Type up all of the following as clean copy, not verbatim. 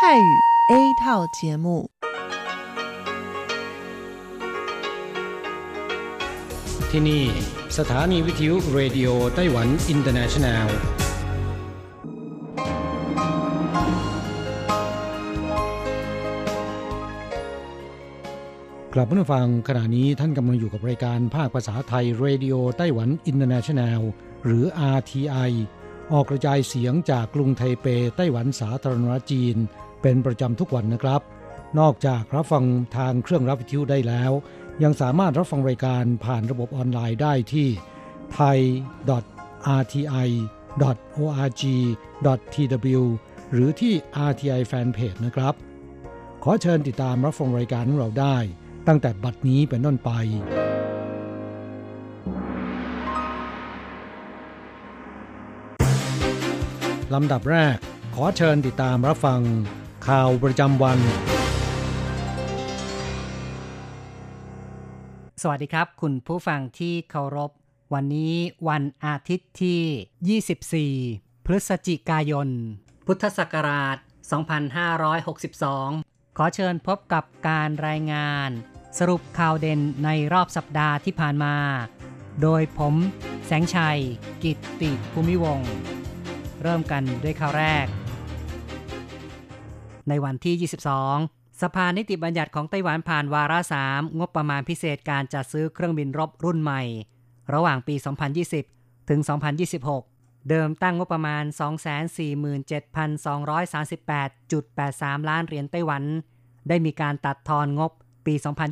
泰语 A 套节目。 ที่นี่สถานีวิทยุเรดิโอไต้หวันอินเตอร์เนชั่นแนลกลับมาฟังขณะนี้ท่านกำลังอยู่กับรายการภาคภาษาไทยเรดิโอไต้หวันอินเตอร์เนชั่นแนลหรือ RTI ออกกระจายเสียงจากกรุงไทเปไต้หวันสาธารณรัฐจีนเป็นประจำทุกวันนะครับนอกจากรับฟังทางเครื่องรับวิทยุได้แล้วยังสามารถรับฟังรายการผ่านระบบออนไลน์ได้ที่ thai.rti.org.tw หรือที่ RTI Fanpage นะครับขอเชิญติดตามรับฟังรายการของเราได้ตั้งแต่บัดนี้เป็นต้นไปลำดับแรกขอเชิญติดตามรับฟังข่าวประจำวันสวัสดีครับคุณผู้ฟังที่เคารพวันนี้วันอาทิตย์ที่24พฤศจิกายนพุทธศักราช2562ขอเชิญพบกับการรายงานสรุปข่าวเด่นในรอบสัปดาห์ที่ผ่านมาโดยผมแสงชัยกิตติภูมิวงศ์เริ่มกันด้วยข่าวแรกในวันที่22สภานิติบัญญัติของไต้หวันผ่านวาระ3งบประมาณพิเศษการจัดซื้อเครื่องบินรบรุ่นใหม่ระหว่างปี2020ถึง2026เดิมตั้งงบประมาณ 247,238.83 ล้านเหรียญไต้หวันได้มีการตัดทอนงบปี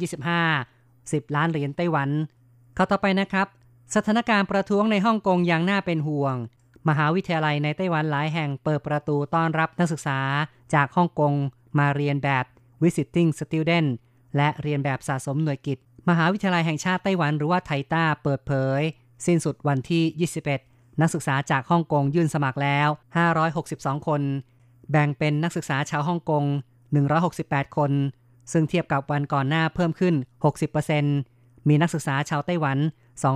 2025 10 ล้านเหรียญไต้หวันเข้าต่อไปนะครับสถานการณ์ประท้วงในฮ่องกงยังน่าเป็นห่วงมหาวิทยาลัยในไต้หวันหลายแห่งเปิดประตูต้อนรับนักศึกษาจากฮ่องกงมาเรียนแบบ Visiting Student และเรียนแบบสะสมหน่วยกิจมหาวิทยาลัยแห่งชาติไต้หวันหรือว่าไทต้าเปิดเผยสิ้นสุดวันที่21นักศึกษาจากฮ่องกงยื่นสมัครแล้ว562คนแบ่งเป็นนักศึกษาชาวฮ่องกง168คนซึ่งเทียบกับวันก่อนหน้าเพิ่มขึ้น 60% มีนักศึกษาชาวไต้หวัน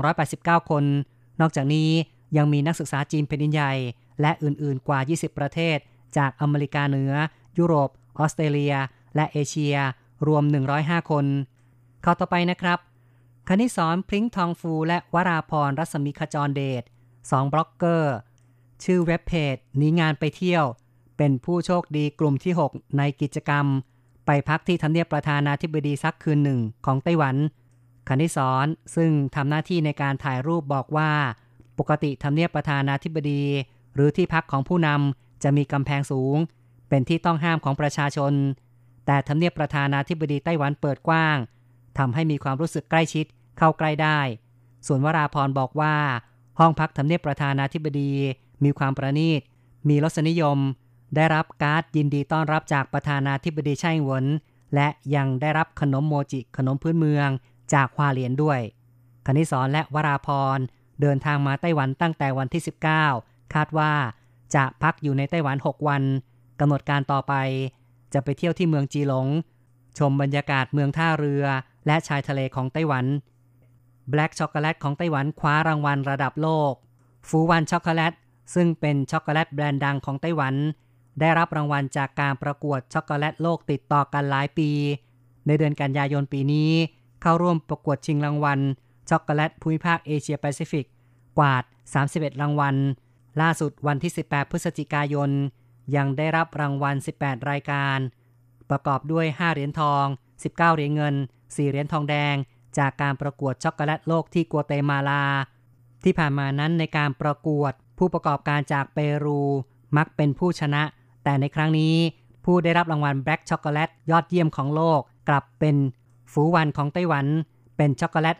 289คนนอกจากนี้ยังมีนักศึกษาจีนแผ่นดินใหญ่และอื่นๆกว่า20ประเทศจากอเมริกาเหนือยุโรปออสเตรเลียและเอเชียรวม105คนเข้าต่อไปนะครับคณิศรพริ้งทองฟูและวราพรรัศมีขจรเดช2บล็อกเกอร์ชื่อเว็บเพจหนีงานไปเที่ยวเป็นผู้โชคดีกลุ่มที่6ในกิจกรรมไปพักที่ทำเนียบประธานาธิบดีสักคืนหนึ่งของไต้หวันคณิศรซึ่งทำหน้าที่ในการถ่ายรูปบอกว่าปกติทำเนียบประธานาธิบดีหรือที่พักของผู้นำจะมีกำแพงสูงเป็นที่ต้องห้ามของประชาชนแต่ทำเนียบประธานาธิบดีไต้หวันเปิดกว้างทำให้มีความรู้สึกใกล้ชิดเข้าใกล้ได้ส่วนวราพรบอกว่าห้องพักทำเนียบประธานาธิบดีมีความประณีตมีรสนิยมได้รับการ์ดยินดีต้อนรับจากประธานาธิบดีไช่อิงเหวินและยังได้รับขนมโมจิขนมพื้นเมืองจากฮวาเหลียนด้วยคณิศรและวราพรเดินทางมาไต้หวันตั้งแต่วันที่19คาดว่าจะพักอยู่ในไต้หวัน6วันกำหนดการต่อไปจะไปเที่ยวที่เมืองจีหลงชมบรรยากาศเมืองท่าเรือและชายทะเลของไต้หวัน Black Chocolate ของไต้หวันคว้ารางวัลระดับโลกฟูวันช็อกโกแลตซึ่งเป็นช็อกโกแลตแบรนด์ดังของไต้หวันได้รับรางวัลจากการประกวดช็อกโกแลตโลกติดต่อกันหลายปีในเดือนกันยายนปีนี้เข้าร่วมประกวดชิงรางวัลช็อกโกแลตภูมิภาคเอเชียแปซิฟิกกวาด31รางวัลล่าสุดวันที่18พฤศจิกายนยังได้รับรางวัล18รายการประกอบด้วย5เหรียญทอง19เหรียญเงิน4เหรียญทองแดงจากการประกวดช็อกโกแลตโลกที่กัวเตมาลาที่ผ่านมานั้นในการประกวดผู้ประกอบการจากเปรูมักเป็นผู้ชนะแต่ในครั้งนี้ผู้ได้รับรางวัล Black Chocolate ยอดเยี่ยมของโลกกลับเป็นฟูวันของไต้หวันเป็นช็อกโกแลต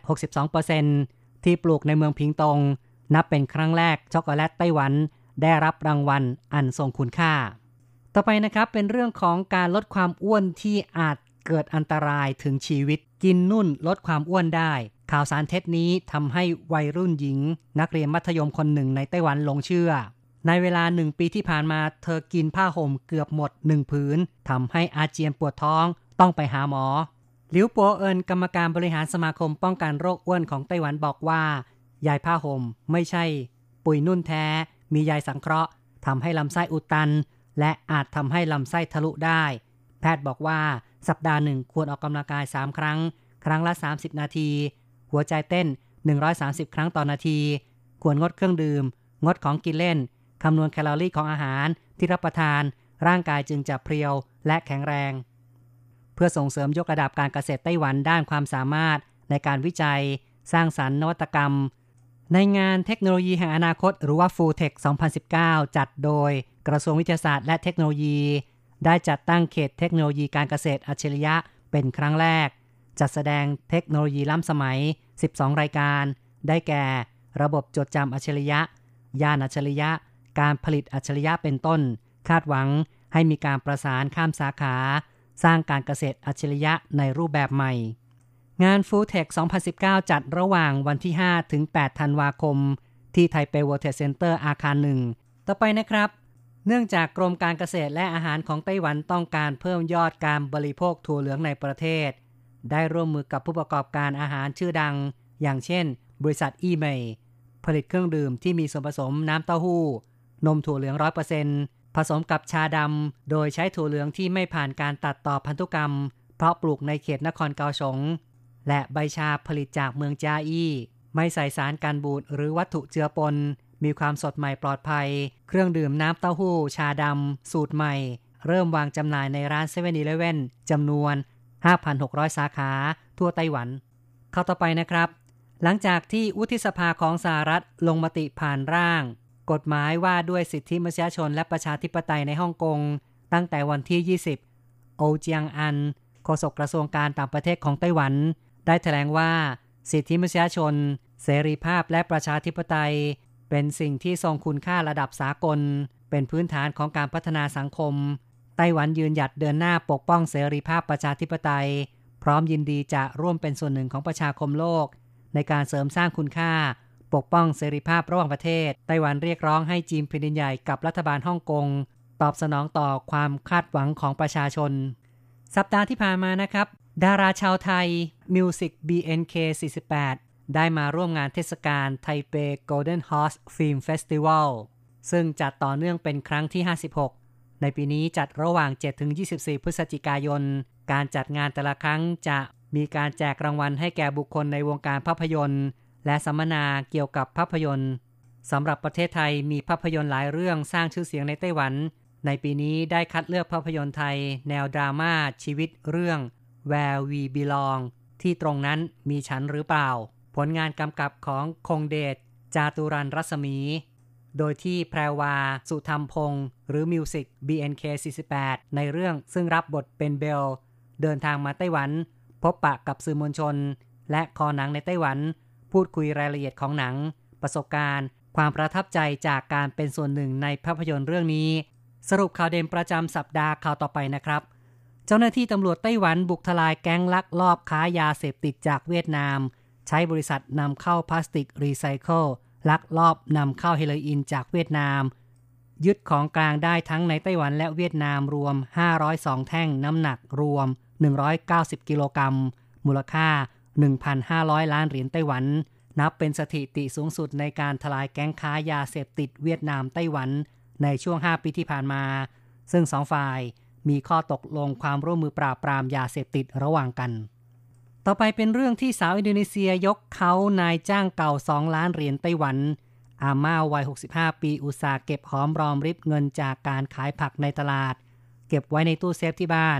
62% ที่ปลูกในเมืองพิงตงนับเป็นครั้งแรกช็อกโกแลตไต้หวันได้รับรางวัลอันทรงคุณค่าต่อไปนะครับเป็นเรื่องของการลดความอ้วนที่อาจเกิดอันตรายถึงชีวิตกินนุ่นลดความอ้วนได้ข่าวสารเท็จนี้ทำให้วัยรุ่นหญิงนักเรียนมัธยมคนหนึ่งในไต้หวันหลงเชื่อในเวลา1ปีที่ผ่านมาเธอกินผ้าห่มเกือบหมด1ผืนทำให้อาเจียนปวดท้องต้องไปหาหมอหลิวปัวเอินกรรมการบริหารสมาคมป้องกันโรคอ้วนของไต้หวันบอกว่าใยผ้าห่มไม่ใช่ปุ๋ยนุ่นแท้มีใยสังเคราะห์ทำให้ลำไส้อุดตันและอาจทำให้ลำไส้ทะลุได้แพทย์บอกว่าสัปดาห์หนึ่งควรออกกำลังกาย3ครั้งครั้งละ30นาทีหัวใจเต้น130ครั้งต่อนาทีควรงดเครื่องดื่มงดของกินเล่นคำนวณแคลอรี่ของอาหารที่รับประทานร่างกายจึงจะเพรียวและแข็งแรงเพื่อส่งเสริมยกระดับการเกษตรไต้หวันด้านความสามารถในการวิจัยสร้างสรรค์นวัตกรรมในงานเทคโนโลยีแห่งอนาคตหรือว่า FUTech 2019 จัดโดยกระทรวงวิทยาศาสตร์และเทคโนโลยีได้จัดตั้งเขตเทคโนโลยีการเกษตรอัจฉริยะเป็นครั้งแรกจัดแสดงเทคโนโลยีล้ำสมัย12รายการได้แก่ระบบจดจำอัจฉริยะยานอัจฉริยะการผลิตอัจฉริยะเป็นต้นคาดหวังให้มีการประสานข้ามสาขาสร้างการเกษตรอัจฉริยะในรูปแบบใหม่งาน FUTech 2019 จัดระหว่างวันที่5ถึง8ธันวาคมที่ไทเป World Trade Center อาคาร1ต่อไปนะครับเนื่องจากกรมการเกษตรและอาหารของไต้หวันต้องการเพิ่มยอดการบริโภคถั่วเหลืองในประเทศได้ร่วมมือกับผู้ประกอบการอาหารชื่อดังอย่างเช่นบริษัทอี้เหมยผลิตเครื่องดื่มที่มีส่วนผสมน้ำเต้าหู้นมถั่วเหลือง 100% ผสมกับชาดำโดยใช้ถั่วเหลืองที่ไม่ผ่านการตัดต่อพันธุกรรมเพราะปลูกในเขตนครเกาสงและใบชาผลิตจากเมืองจาอี้ไม่ใส่สารกันบูดหรือวัตถุเจือปนมีความสดใหม่ปลอดภัยเครื่องดื่มน้ำเต้าหู้ชาดำสูตรใหม่เริ่มวางจำหน่ายในร้าน 7-Eleven จำนวน 5,600 สาขาทั่วไต้หวันเข้าต่อไปนะครับหลังจากที่วุฒิสภาของสหรัฐลงมติผ่านร่างกฎหมายว่าด้วยสิทธิมนุษยชนและประชาธิปไตยในฮ่องกงตั้งแต่วันที่20โอเจียงอันโฆษกกระทรวงการต่างประเทศของไต้หวันได้แถลงว่าสิทธิมนุษยชนเสรีภาพและประชาธิปไตยเป็นสิ่งที่ทรงคุณค่าระดับสากลเป็นพื้นฐานของการพัฒนาสังคมไต้หวันยืนหยัดเดินหน้าปกป้องเสรีภาพประชาธิปไตยพร้อมยินดีจะร่วมเป็นส่วนหนึ่งของประชาคมโลกในการเสริมสร้างคุณค่าปกป้องเสรีภาพระหว่างประเทศไต้หวันเรียกร้องให้จีนแผ่นดินใหญ่กับรัฐบาลฮ่องกงตอบสนองต่อความคาดหวังของประชาชนสัปดาห์ที่ผ่านมานะครับดาราชาวไทย Music BNK48 ได้มาร่วมงานเทศกาลไทเป Golden Horse Film Festival ซึ่งจัดต่อเนื่องเป็นครั้งที่56ในปีนี้จัดระหว่าง 7-24 พฤศจิกายนการจัดงานแต่ละครั้งจะมีการแจกรางวัลให้แก่บุคคลในวงการภาพยนตร์และสัมมนาเกี่ยวกับภาพยนตร์สำหรับประเทศไทยมีภาพยนตร์หลายเรื่องสร้างชื่อเสียงในไต้หวันในปีนี้ได้คัดเลือกภาพยนตร์ไทยแนวดราม่าชีวิตเรื่อง Where We Belong ที่ตรงนั้นมีฉันหรือเปล่าผลงานกำกับของคงเดชจาตุรันรัศมีโดยที่แพรวาสุธรรมพงษ์หรือ Music BNK48 ในเรื่องซึ่งรับบทเป็นเบลเดินทางมาไต้หวันพบปะกับสื่อมวลชนและคอหนังในไต้หวันพูดคุยรายละเอียดของหนังประสบการณ์ความประทับใจจากการเป็นส่วนหนึ่งในภาพยนตร์เรื่องนี้สรุปข่าวเด่นประจำสัปดาห์ข่าวต่อไปนะครับเจ้าหน้าที่ตำรวจไต้หวันบุกทลายแก๊งลักลอบค้ายาเสพติดจากเวียดนามใช้บริษัทนำเข้าพลาสติกรีไซเคิลลักลอบนำเข้าเฮโรอีนจากเวียดนามยึดของกลางได้ทั้งในไต้หวันและเวียดนามรวม502แท่งน้ำหนักรวม190กิโลกรัมมูลค่า 1,500 ล้านเหรียญไต้หวันนับเป็นสถิติสูงสุดในการทลายแก๊งค้ายาเสพติดเวียดนามไต้หวันในช่วง5ปีที่ผ่านมาซึ่ง2ฝ่ายมีข้อตกลงความร่วมมือปราบปรามยาเสพติดระหว่างกันต่อไปเป็นเรื่องที่สาวอินโดนีเซียยกเขานายจ้างเก่า2ล้านเหรียญไต้หวันอาม่าวัย65ปีอุตสาห์เก็บหอมรอมริบเงินจากการขายผักในตลาดเก็บไว้ในตู้เซฟที่บ้าน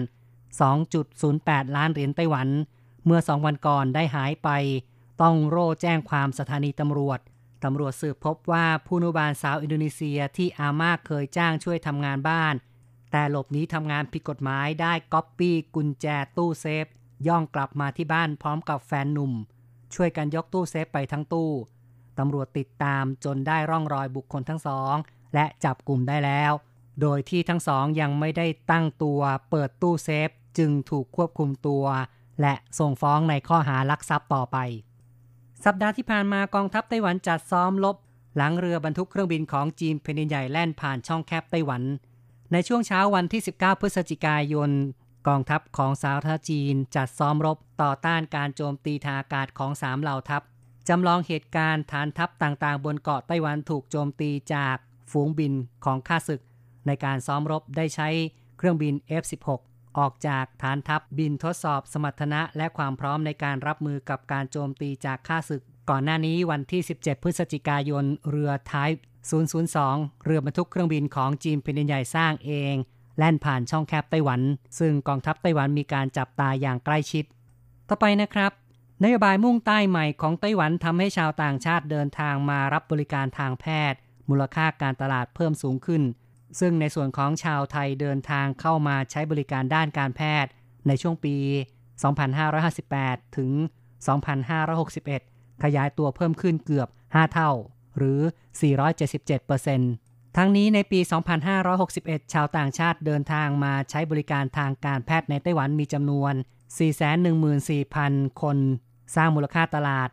2.08 ล้านเหรียญไต้หวันเมื่อ2วันก่อนได้หายไปต้องโร่แจ้งความสถานีตำรวจสืบพบว่าผู้อนุบาลสาวอินโดนีเซียที่อาม่าเคยจ้างช่วยทำงานบ้านแต่หลบหนีทำงานผิดกฎหมายได้ก๊อปปี้กุญแจตู้เซฟย่องกลับมาที่บ้านพร้อมกับแฟนหนุ่มช่วยกันยกตู้เซฟไปทั้งตู้ตำรวจติดตามจนได้ร่องรอยบุคคลทั้งสองและจับกลุ่มได้แล้วโดยที่ทั้งสองยังไม่ได้ตั้งตัวเปิดตู้เซฟจึงถูกควบคุมตัวและส่งฟ้องในข้อหาลักทรัพย์ต่อไปสัปดาห์ที่ผ่านมากองทัพไต้หวันจัดซ้อมรบหลังเรือบรรทุกเครื่องบินของจีนแผ่นดินใหญ่แล่นผ่านช่องแคบไต้หวันในช่วงเช้าวันที่19พฤศจิกายนกองทัพของสาธารณรัฐจีนจัดซ้อมรบต่อต้านการโจมตีทางอากาศของ3เหล่าทัพจำลองเหตุการณ์ฐานทัพต่างๆบนเกาะไต้หวันถูกโจมตีจากฝูงบินของข้าศึกในในการซ้อมรบได้ใช้เครื่องบิน F-16 ออกจากฐานทัพบินทดสอบสมรรถนะและความพร้อมในการรับมือกับการโจมตีจากข้าศึกก่อนหน้านี้วันที่17พฤศจิกายนเรือ Type 002 เรือบรรทุกเครื่องบินของจีนแผ่นดินใหญ่สร้างเองแล่นผ่านช่องแคบไต้หวันซึ่งกองทัพไต้หวันมีการจับตาอย่างใกล้ชิดต่อไปนะครับนโยบายมุ่งใต้ใหม่ของไต้หวันทำให้ชาวต่างชาติเดินทางมารับบริการทางแพทย์มูลค่าการตลาดเพิ่มสูงขึ้นซึ่งในส่วนของชาวไทยเดินทางเข้ามาใช้บริการด้านการแพทย์ในช่วงปี 2558 ถึง 2561 ขยายตัวเพิ่มขึ้นเกือบ 5 เท่าหรือ 477%ทั้งนี้ในปี 2561 ชาวต่างชาติเดินทางมาใช้บริการทางการแพทย์ในไต้หวันมีจำนวน 414,000 คนสร้างมูลค่าตลาด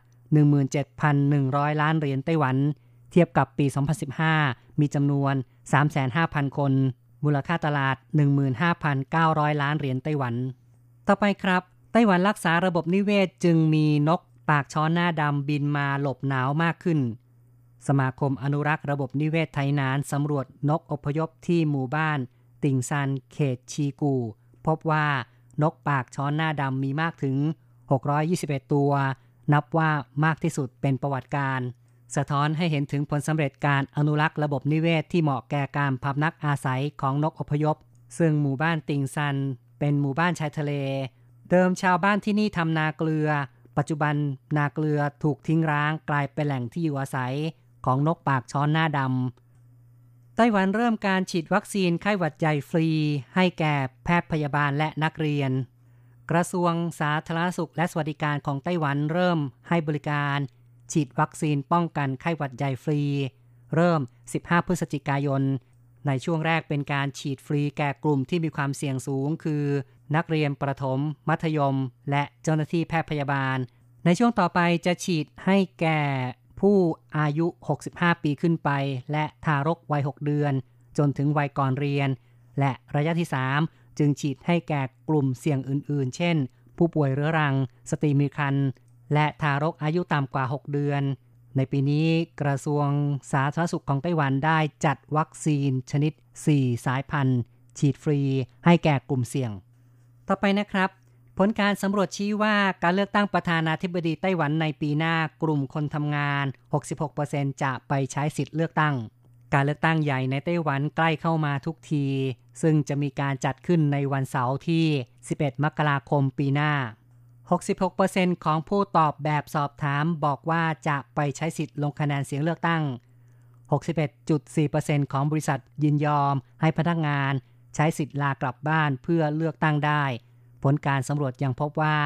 17,100 ล้านเหรียญไต้หวันเทียบกับปี 2015 มีจำนวน 350,000 คนมูลค่าตลาด 15,900 ล้านเหรียญไต้หวันต่อไปครับไต้หวันรักษาระบบนิเวศจึงมีนกปากช้อนหน้าดำบินมาหลบหนาวมากขึ้นสมาคมอนุรักษ์ระบบนิเวศไทนานสำรวจนกอพยพที่หมู่บ้านติ่งซันเขตชีกูพบว่านกปากช้อนหน้าดำมีมากถึง621ตัวนับว่ามากที่สุดเป็นประวัติการสะท้อนให้เห็นถึงผลสำเร็จการอนุรักษ์ระบบนิเวศที่เหมาะแก่การพำนักอาศัยของนกอพยพซึ่งหมู่บ้านติ่งซันเป็นหมู่บ้านชายทะเลเดิมชาวบ้านที่นี่ทำนาเกลือปัจจุบันนาเกลือถูกทิ้งร้างกลายเป็นแหล่งที่อยู่อาศัยของนกปากช้อนหน้าดำไต้หวันเริ่มการฉีดวัคซีนไข้หวัดใหญ่ฟรีให้แก่แพทย์พยาบาลและนักเรียนกระทรวงสาธารณสุขและสวัสดิการของไต้หวันเริ่มให้บริการฉีดวัคซีนป้องกันไข้หวัดใหญ่ฟรีเริ่ม15พฤศจิกายนในช่วงแรกเป็นการฉีดฟรีแก่กลุ่มที่มีความเสี่ยงสูงคือนักเรียนประถมมัธยมและเจ้าหน้าที่แพทย์พยาบาลในช่วงต่อไปจะฉีดให้แก่ผู้อายุ65ปีขึ้นไปและทารกวัย6เดือนจนถึงวัยก่อนเรียนและระยะที่3จึงฉีดให้แก่กลุ่มเสี่ยงอื่นๆเช่นผู้ป่วยเรื้อรังสตรีมีครรภ์และทารกอายุต่ำกว่า6เดือนในปีนี้กระทรวงสาธารณสุขของไต้หวันได้จัดวัคซีนชนิด4สายพันธุ์ฉีดฟรีให้แก่กลุ่มเสี่ยงต่อไปนะครับผลการสำรวจชี้ว่าการเลือกตั้งประธานาธิบดีไต้หวันในปีหน้ากลุ่มคนทำงาน 66% จะไปใช้สิทธิ์เลือกตั้งการเลือกตั้งใหญ่ในไต้หวันใกล้เข้ามาทุกทีซึ่งจะมีการจัดขึ้นในวันเสาร์ที่11มกราคมปีหน้า 66% ของผู้ตอบแบบสอบถามบอกว่าจะไปใช้สิทธิ์ลงคะแนนเสียงเลือกตั้ง 61.4% ของบริษัทยินยอมให้พนักงานใช้สิทธิ์ลากลับบ้านเพื่อเลือกตั้งได้ผลการสำรวจยังพบว่า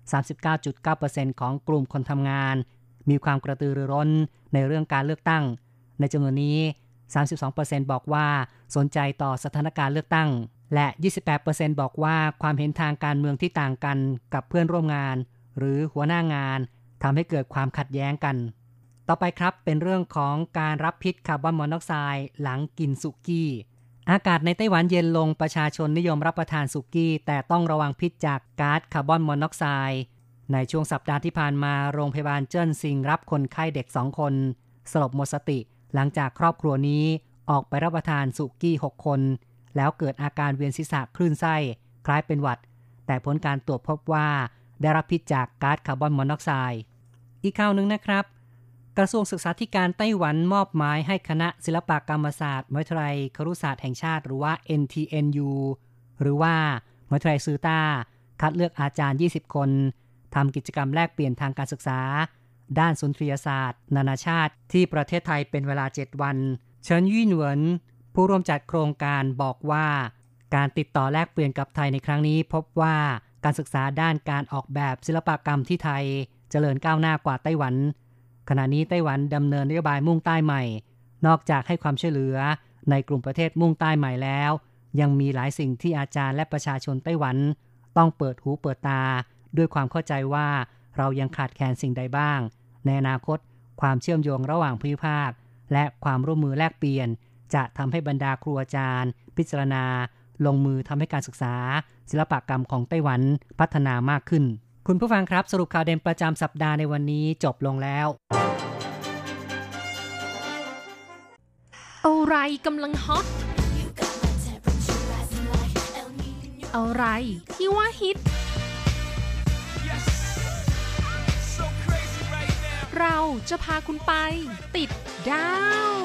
39.9% ของกลุ่มคนทำงานมีความกระตือรือร้นในเรื่องการเลือกตั้งในจำนวนนี้ 32% บอกว่าสนใจต่อสถานการณ์เลือกตั้งและ 28% บอกว่าความเห็นทางการเมืองที่ต่างกันกับเพื่อนร่วมงานหรือหัวหน้างานทำให้เกิดความขัดแย้งกันต่อไปครับเป็นเรื่องของการรับพิษคาร์บอนมอนอกไซด์หลังกินสุกี้อากาศในไต้หวันเย็นลงประชาชนนิยมรับประทานสุกี้แต่ต้องระวังพิษจากก๊าซคาร์บอนมอนอกไซด์ในช่วงสัปดาห์ที่ผ่านมาโรงพยาบาลเจิ้นซิงรับคนไข้เด็ก2คนสลบหมดสติหลังจากครอบครัวนี้ออกไปรับประทานสุกี้6คนแล้วเกิดอาการเวียนศีรษะคลื่นไส้คล้ายเป็นหวัดแต่ผลการตรวจพบว่าได้รับพิษจากก๊าซคาร์บอนมอนอกไซด์อีกข่าวนึงนะครับกระทรวงศึกษาธิการไต้หวันมอบหมายให้คณะศิลปกรรมศาสตร์มหาวิทยาลัยครุศาสตร์แห่งชาติหรือว่า NTNU หรือว่ามหาวิทยาลัยซือต้าคัดเลือกอาจารย์20คนทำกิจกรรมแลกเปลี่ยนทางการศึกษาด้านสุนทรียศาสตร์นานาชาติที่ประเทศไทยเป็นเวลา7วันเฉินยี่เหวินผู้ร่วมจัดโครงการบอกว่าการติดต่อแลกเปลี่ยนกับไทยในครั้งนี้พบว่าการศึกษาด้านการออกแบบศิลปกรรมที่ไทยเจริญก้าวหน้ากว่าไต้หวันขณะนี้ไต้หวันดำเนินนโยบายมุ่งใต้ใหม่นอกจากให้ความช่วยเหลือในกลุ่มประเทศมุ่งใต้ใหม่แล้วยังมีหลายสิ่งที่อาจารย์และประชาชนไต้หวันต้องเปิดหูเปิดตาด้วยความเข้าใจว่าเรายังขาดแคลนสิ่งใดบ้างในอนาคตความเชื่อมโยงระหว่างภูมิภาคและความร่วมมือแลกเปลี่ยนจะทำให้บรรดาครูอาจารย์พิจารณาลงมือทำให้การศึกษาศิลปกรรมของไต้หวันพัฒนามากขึ้นคุณผู้ฟังครับสรุปข่าวเด่นประจำสัปดาห์ในวันนี้จบลงแล้วอะไรกำลังฮอตอะไรที่ว่าฮิต เราจะพาคุณไปติดดาว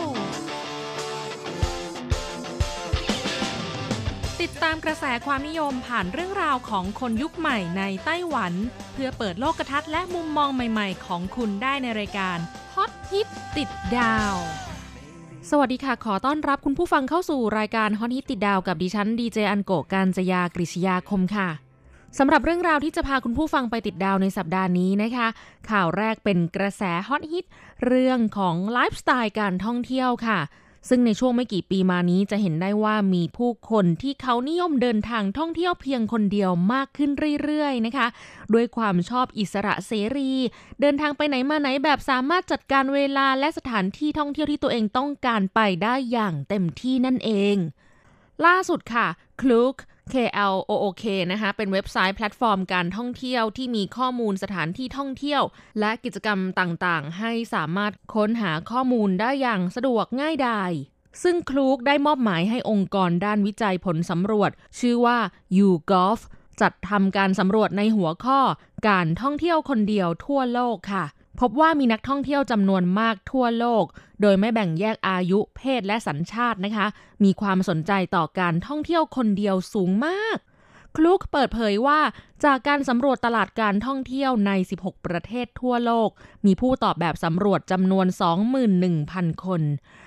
ติดตามกระแสความนิยมผ่านเรื่องราวของคนยุคใหม่ในไต้หวันเพื่อเปิดโลกทัศน์และมุมมองใหม่ๆของคุณได้ในรายการฮอตฮิตติดดาวสวัสดีค่ะขอต้อนรับคุณผู้ฟังเข้าสู่รายการฮอตฮิตติดดาวกับดิฉันดีเจอันโกะกาญจยากฤษยาคมค่ะสำหรับเรื่องราวที่จะพาคุณผู้ฟังไปติดดาวในสัปดาห์นี้นะคะข่าวแรกเป็นกระแสฮอตฮิตเรื่องของไลฟ์สไตล์การท่องเที่ยวค่ะซึ่งในช่วงไม่กี่ปีมานี้จะเห็นได้ว่ามีผู้คนที่เขานิยมเดินทางท่องเที่ยวเพียงคนเดียวมากขึ้นเรื่อยๆนะคะด้วยความชอบอิสระเสรีเดินทางไปไหนมาไหนแบบสามารถจัดการเวลาและสถานที่ท่องเที่ยวที่ตัวเองต้องการไปได้อย่างเต็มที่นั่นเองล่าสุดค่ะ Klook KLOOK นะคะเป็นเว็บไซต์แพลตฟอร์มการท่องเที่ยวที่มีข้อมูลสถานที่ท่องเที่ยวและกิจกรรมต่างๆให้สามารถค้นหาข้อมูลได้อย่างสะดวกง่ายดายซึ่ง Klook ได้มอบหมายให้องค์กรด้านวิจัยผลสำรวจชื่อว่า YouGov จัดทำการสำรวจในหัวข้อการท่องเที่ยวคนเดียวทั่วโลกค่ะพบว่ามีนักท่องเที่ยวจำนวนมากทั่วโลกโดยไม่แบ่งแยกอายุเพศและสัญชาตินะคะมีความสนใจต่อการท่องเที่ยวคนเดียวสูงมากคลุกเปิดเผยว่าจากการสำรวจตลาดการท่องเที่ยวใน16ประเทศทั่วโลกมีผู้ตอบแบบสำรวจจำนวน 21,000 คน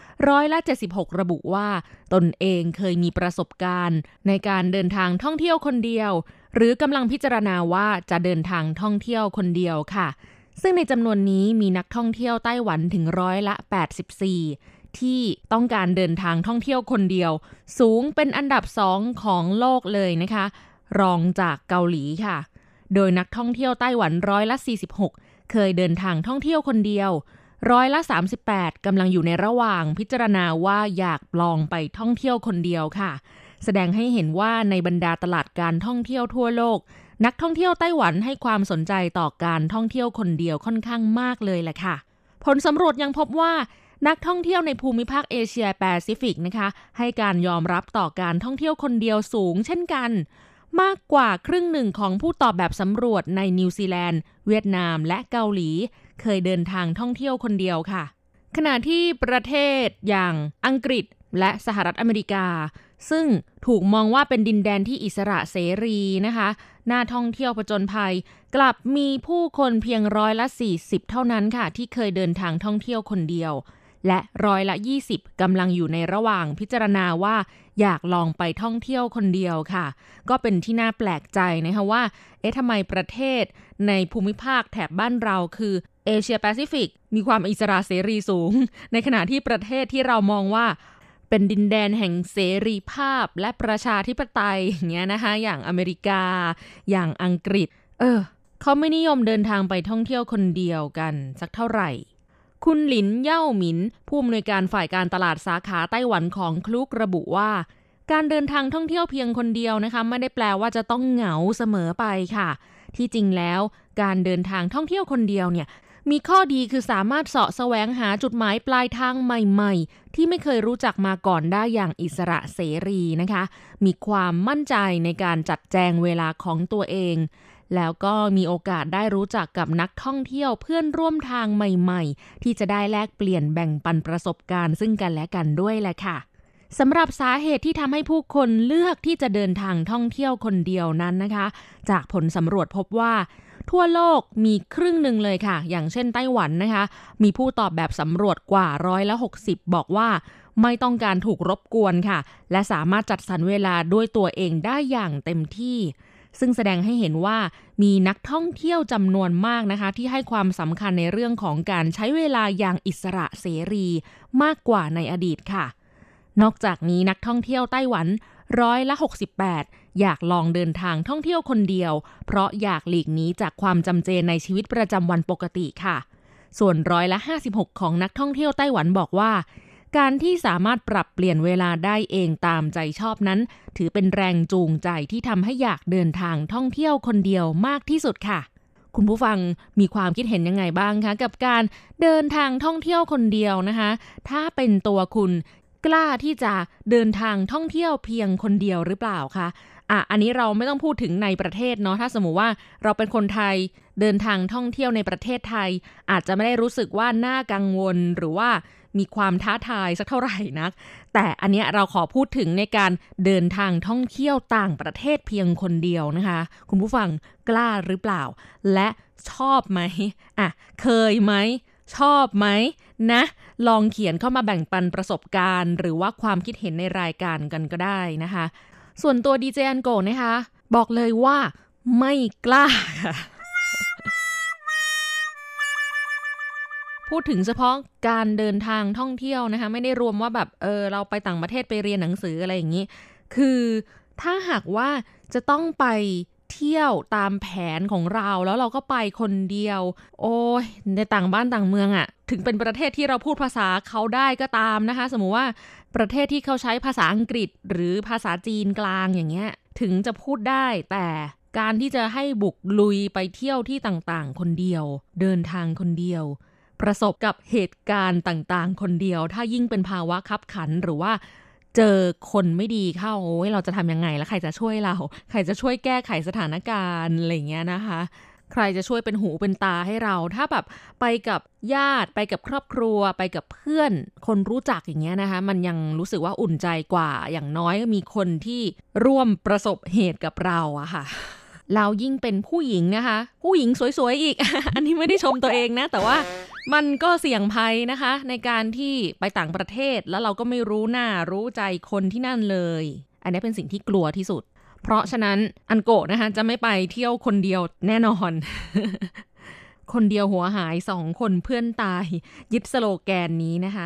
76%ระบุว่าตนเองเคยมีประสบการณ์ในการเดินทางท่องเที่ยวคนเดียวหรือกำลังพิจารณาว่าจะเดินทางท่องเที่ยวคนเดียวค่ะซึ่งในจำนวนนี้มีนักท่องเที่ยวไต้หวันถึง84%ที่ต้องการเดินทางท่องเที่ยวคนเดียวสูงเป็นอันดับ2ของโลกเลยนะคะรองจากเกาหลีค่ะโดยนักท่องเที่ยวไต้หวัน46%เคยเดินทางท่องเที่ยวคนเดียว38%กำลังอยู่ในระหว่างพิจารณาว่าอยากลองไปท่องเที่ยวคนเดียวค่ะแสดงให้เห็นว่าในบรรดาตลาดการท่องเที่ยวทั่วโลกนักท่องเที่ยวไต้หวันให้ความสนใจต่อการท่องเที่ยวคนเดียวค่อนข้างมากเลยแหละค่ะผลสำรวจยังพบว่านักท่องเที่ยวในภูมิภาคเอเชียแปซิฟิกนะคะให้การยอมรับต่อการท่องเที่ยวคนเดียวสูงเช่นกันมากกว่าครึ่งหนึ่งของผู้ตอบแบบสำรวจในนิวซีแลนด์เวียดนามและเกาหลีเคยเดินทางท่องเที่ยวคนเดียวค่ะขณะที่ประเทศอย่างอังกฤษและสหรัฐอเมริกาซึ่งถูกมองว่าเป็นดินแดนที่อิสระเสรีนะคะน่าท่องเที่ยวผจญภัยกลับมีผู้คนเพียง40%เท่านั้นค่ะที่เคยเดินทางท่องเที่ยวคนเดียวและ20%กำลังอยู่ในระหว่างพิจารณาว่าอยากลองไปท่องเที่ยวคนเดียวค่ะก็เป็นที่น่าแปลกใจนะคะว่าทำไมประเทศในภูมิภาคแถบบ้านเราคือเอเชียแปซิฟิกมีความอิสระเสรีสูงในขณะที่ประเทศที่เรามองว่าเป็นดินแดนแห่งเสรีภาพและประชาธิปไตยอย่างเงี้ยนะคะอย่างอเมริกาอย่างอังกฤษเขาไม่นิยมเดินทางไปท่องเที่ยวคนเดียวกันสักเท่าไหร่คุณหลินเย่าหมินผู้อำนวยการฝ่ายการตลาดสาขาไต้หวันของคลุกระบุว่าการเดินทางท่องเที่ยวเพียงคนเดียวนะคะไม่ได้แปลว่าจะต้องเหงาเสมอไปค่ะที่จริงแล้วการเดินทางท่องเที่ยวคนเดียวเนี่ยมีข้อดีคือสามารถเสาะแสวงหาจุดหมายปลายทางใหม่ๆที่ไม่เคยรู้จักมาก่อนได้อย่างอิสระเสรีนะคะมีความมั่นใจในการจัดแจงเวลาของตัวเองแล้วก็มีโอกาสได้รู้จักกับนักท่องเที่ยวเพื่อนร่วมทางใหม่ๆที่จะได้แลกเปลี่ยนแบ่งปันประสบการณ์ซึ่งกันและกันด้วยแหละค่ะสำหรับสาเหตุที่ทำให้ผู้คนเลือกที่จะเดินทางท่องเที่ยวคนเดียวนั้นนะคะจากผลสำรวจพบว่าทั่วโลกมีครึ่งหนึ่งเลยค่ะอย่างเช่นไต้หวันนะคะมีผู้ตอบแบบสำรวจกว่า60%บอกว่าไม่ต้องการถูกรบกวนค่ะและสามารถจัดสรรเวลาด้วยตัวเองได้อย่างเต็มที่ซึ่งแสดงให้เห็นว่ามีนักท่องเที่ยวจำนวนมากนะคะที่ให้ความสำคัญในเรื่องของการใช้เวลาอย่างอิสระเสรีมากกว่าในอดีตค่ะนอกจากนี้นักท่องเที่ยวไต้หวัน68%อยากลองเดินทางท่องเที่ยวคนเดียวเพราะอยากหลีกหนีจากความจำเจในชีวิตประจำวันปกติค่ะส่วน56%ของนักท่องเที่ยวไต้หวันบอกว่าการที่สามารถปรับเปลี่ยนเวลาได้เองตามใจชอบนั้นถือเป็นแรงจูงใจที่ทำให้อยากเดินทางท่องเที่ยวคนเดียวมากที่สุดค่ะคุณผู้ฟังมีความคิดเห็นยังไงบ้างคะกับการเดินทางท่องเที่ยวคนเดียวนะคะถ้าเป็นตัวคุณกล้าที่จะเดินทางท่องเที่ยวเพียงคนเดียวหรือเปล่าคะอันนี้เราไม่ต้องพูดถึงในประเทศเนาะถ้าสมมุติว่าเราเป็นคนไทยเดินทางท่องเที่ยวในประเทศไทยอาจจะไม่ได้รู้สึกว่าน่ากังวลหรือว่ามีความท้าทายสักเท่าไหร่นักแต่อันเนี้ยเราขอพูดถึงในการเดินทางท่องเที่ยวต่างประเทศเพียงคนเดียวนะคะคุณผู้ฟังกล้าหรือเปล่าและชอบไหมเคยไหมชอบไหมนะลองเขียนเข้ามาแบ่งปันประสบการณ์หรือว่าความคิดเห็นในรายการกันก็ได้นะคะส่วนตัวดีเจอันโกะนะคะบอกเลยว่าไม่กล้าค่ะ พูดถึงเฉพาะการเดินทางท่องเที่ยวนะคะไม่ได้รวมว่าแบบเราไปต่างประเทศไปเรียนหนังสืออะไรอย่างนี้คือถ้าหากว่าจะต้องไปเที่ยวตามแผนของเราแล้วเราก็ไปคนเดียวโอ้ยในต่างบ้านต่างเมืองถึงเป็นประเทศที่เราพูดภาษาเขาได้ก็ตามนะคะสมมุติว่าประเทศที่เขาใช้ภาษาอังกฤษหรือภาษาจีนกลางอย่างเงี้ยถึงจะพูดได้แต่การที่จะให้บุกลุยไปเที่ยวที่ต่างๆคนเดียวเดินทางคนเดียวประสบกับเหตุการณ์ต่างๆคนเดียวถ้ายิ่งเป็นภาวะคับขันหรือว่าเจอคนไม่ดีเข้าเราจะทำยังไงแล้วใครจะช่วยเราใครจะช่วยแก้ไขสถานการณ์อะไรเงี้ยนะคะใครจะช่วยเป็นหูเป็นตาให้เราถ้าแบบไปกับญาติไปกับครอบครัวไปกับเพื่อนคนรู้จักอย่างเงี้ยนะคะมันยังรู้สึกว่าอุ่นใจกว่าอย่างน้อยมีคนที่ร่วมประสบเหตุกับเราอะค่ะเรายิ่งเป็นผู้หญิงนะคะผู้หญิงสวยๆอีก อันนี้ไม่ได้ชมตัวเองนะแต่ว่ามันก็เสี่ยงภัยนะคะในการที่ไปต่างประเทศแล้วเราก็ไม่รู้หน้ารู้ใจคนที่นั่นเลยอันนี้เป็นสิ่งที่กลัวที่สุดเพราะฉะนั้นอันโกะนะคะจะไม่ไปเที่ยวคนเดียวแน่นอน คนเดียวหัวหาย2คนเพื่อนตายยึดสโลแกนนี้นะคะ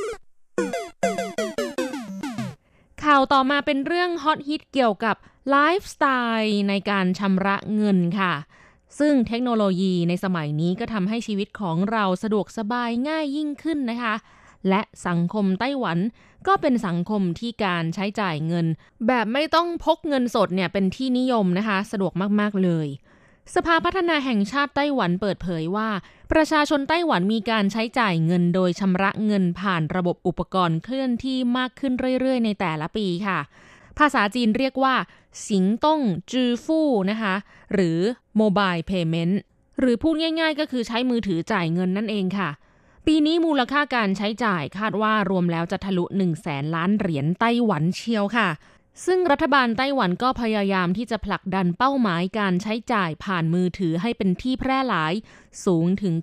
ข่าวต่อมาเป็นเรื่องฮอตฮิตเกี่ยวกับไลฟ์สไตล์ในการชำระเงินค่ะซึ่งเทคโนโลยีในสมัยนี้ก็ทำให้ชีวิตของเราสะดวกสบายง่ายยิ่งขึ้นนะคะและสังคมไต้หวันก็เป็นสังคมที่การใช้จ่ายเงินแบบไม่ต้องพกเงินสดเนี่ยเป็นที่นิยมนะคะสะดวกมากๆเลยสภาพัฒนาแห่งชาติไต้หวันเปิดเผยว่าประชาชนไต้หวันมีการใช้จ่ายเงินโดยชำระเงินผ่านระบบอุปกรณ์เคลื่อนที่มากขึ้นเรื่อยๆในแต่ละปีค่ะภาษาจีนเรียกว่าสิงต้งจือฟู่นะคะหรือ Mobile Payment หรือพูดง่ายๆก็คือใช้มือถือจ่ายเงินนั่นเองค่ะปีนี้มูลค่าการใช้จ่ายคาดว่ารวมแล้วจะทะลุ 100,000 ล้านเหรียญไต้หวันเชียวค่ะซึ่งรัฐบาลไต้หวันก็พยายามที่จะผลักดันเป้าหมายการใช้จ่ายผ่านมือถือให้เป็นที่แพร่หลายสูงถึง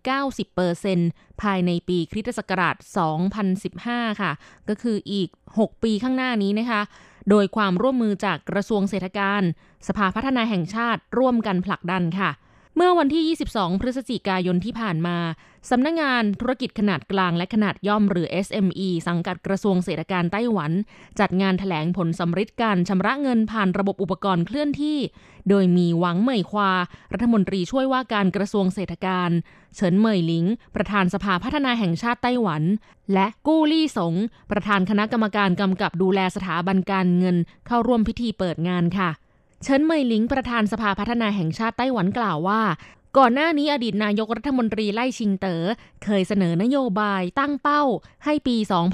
90% ภายในปีคริสตศักราช 2015 ค่ะก็คืออีก 6 ปีข้างหน้านี้นะคะโดยความร่วมมือจากกระทรวงเศรษฐกิจสภาพัฒนาแห่งชาติร่วมกันผลักดันค่ะเมื่อวันที่ 22 พฤศจิกายนที่ผ่านมาสำนักงานธุรกิจขนาดกลางและขนาดย่อมหรือ SME สังกัดกระทรวงเศรษฐกิจไต้หวันจัดงานแถลงผลสำฤทธิ์การชำระเงินผ่านระบบอุปกรณ์เคลื่อนที่โดยมีหวังเหมยควารัฐมนตรีช่วยว่าการกระทรวงเศรษฐกิจเฉินเหมยหลิงประธานสภาพัฒนาแห่งชาติไต้หวันและกู้ลี่สงประธานคณะกรรมการกำกับดูแลสถาบันการเงินเข้าร่วมพิธีเปิดงานค่ะเฉินเหมยหลิงประธานสภาพัฒนาแห่งชาติไต้หวันกล่าวว่าก่อนหน้านี้อดีตนายกรัฐมนตรีไล่ชิงเต๋อเคยเสนอนโยบายตั้งเป้าให้ปี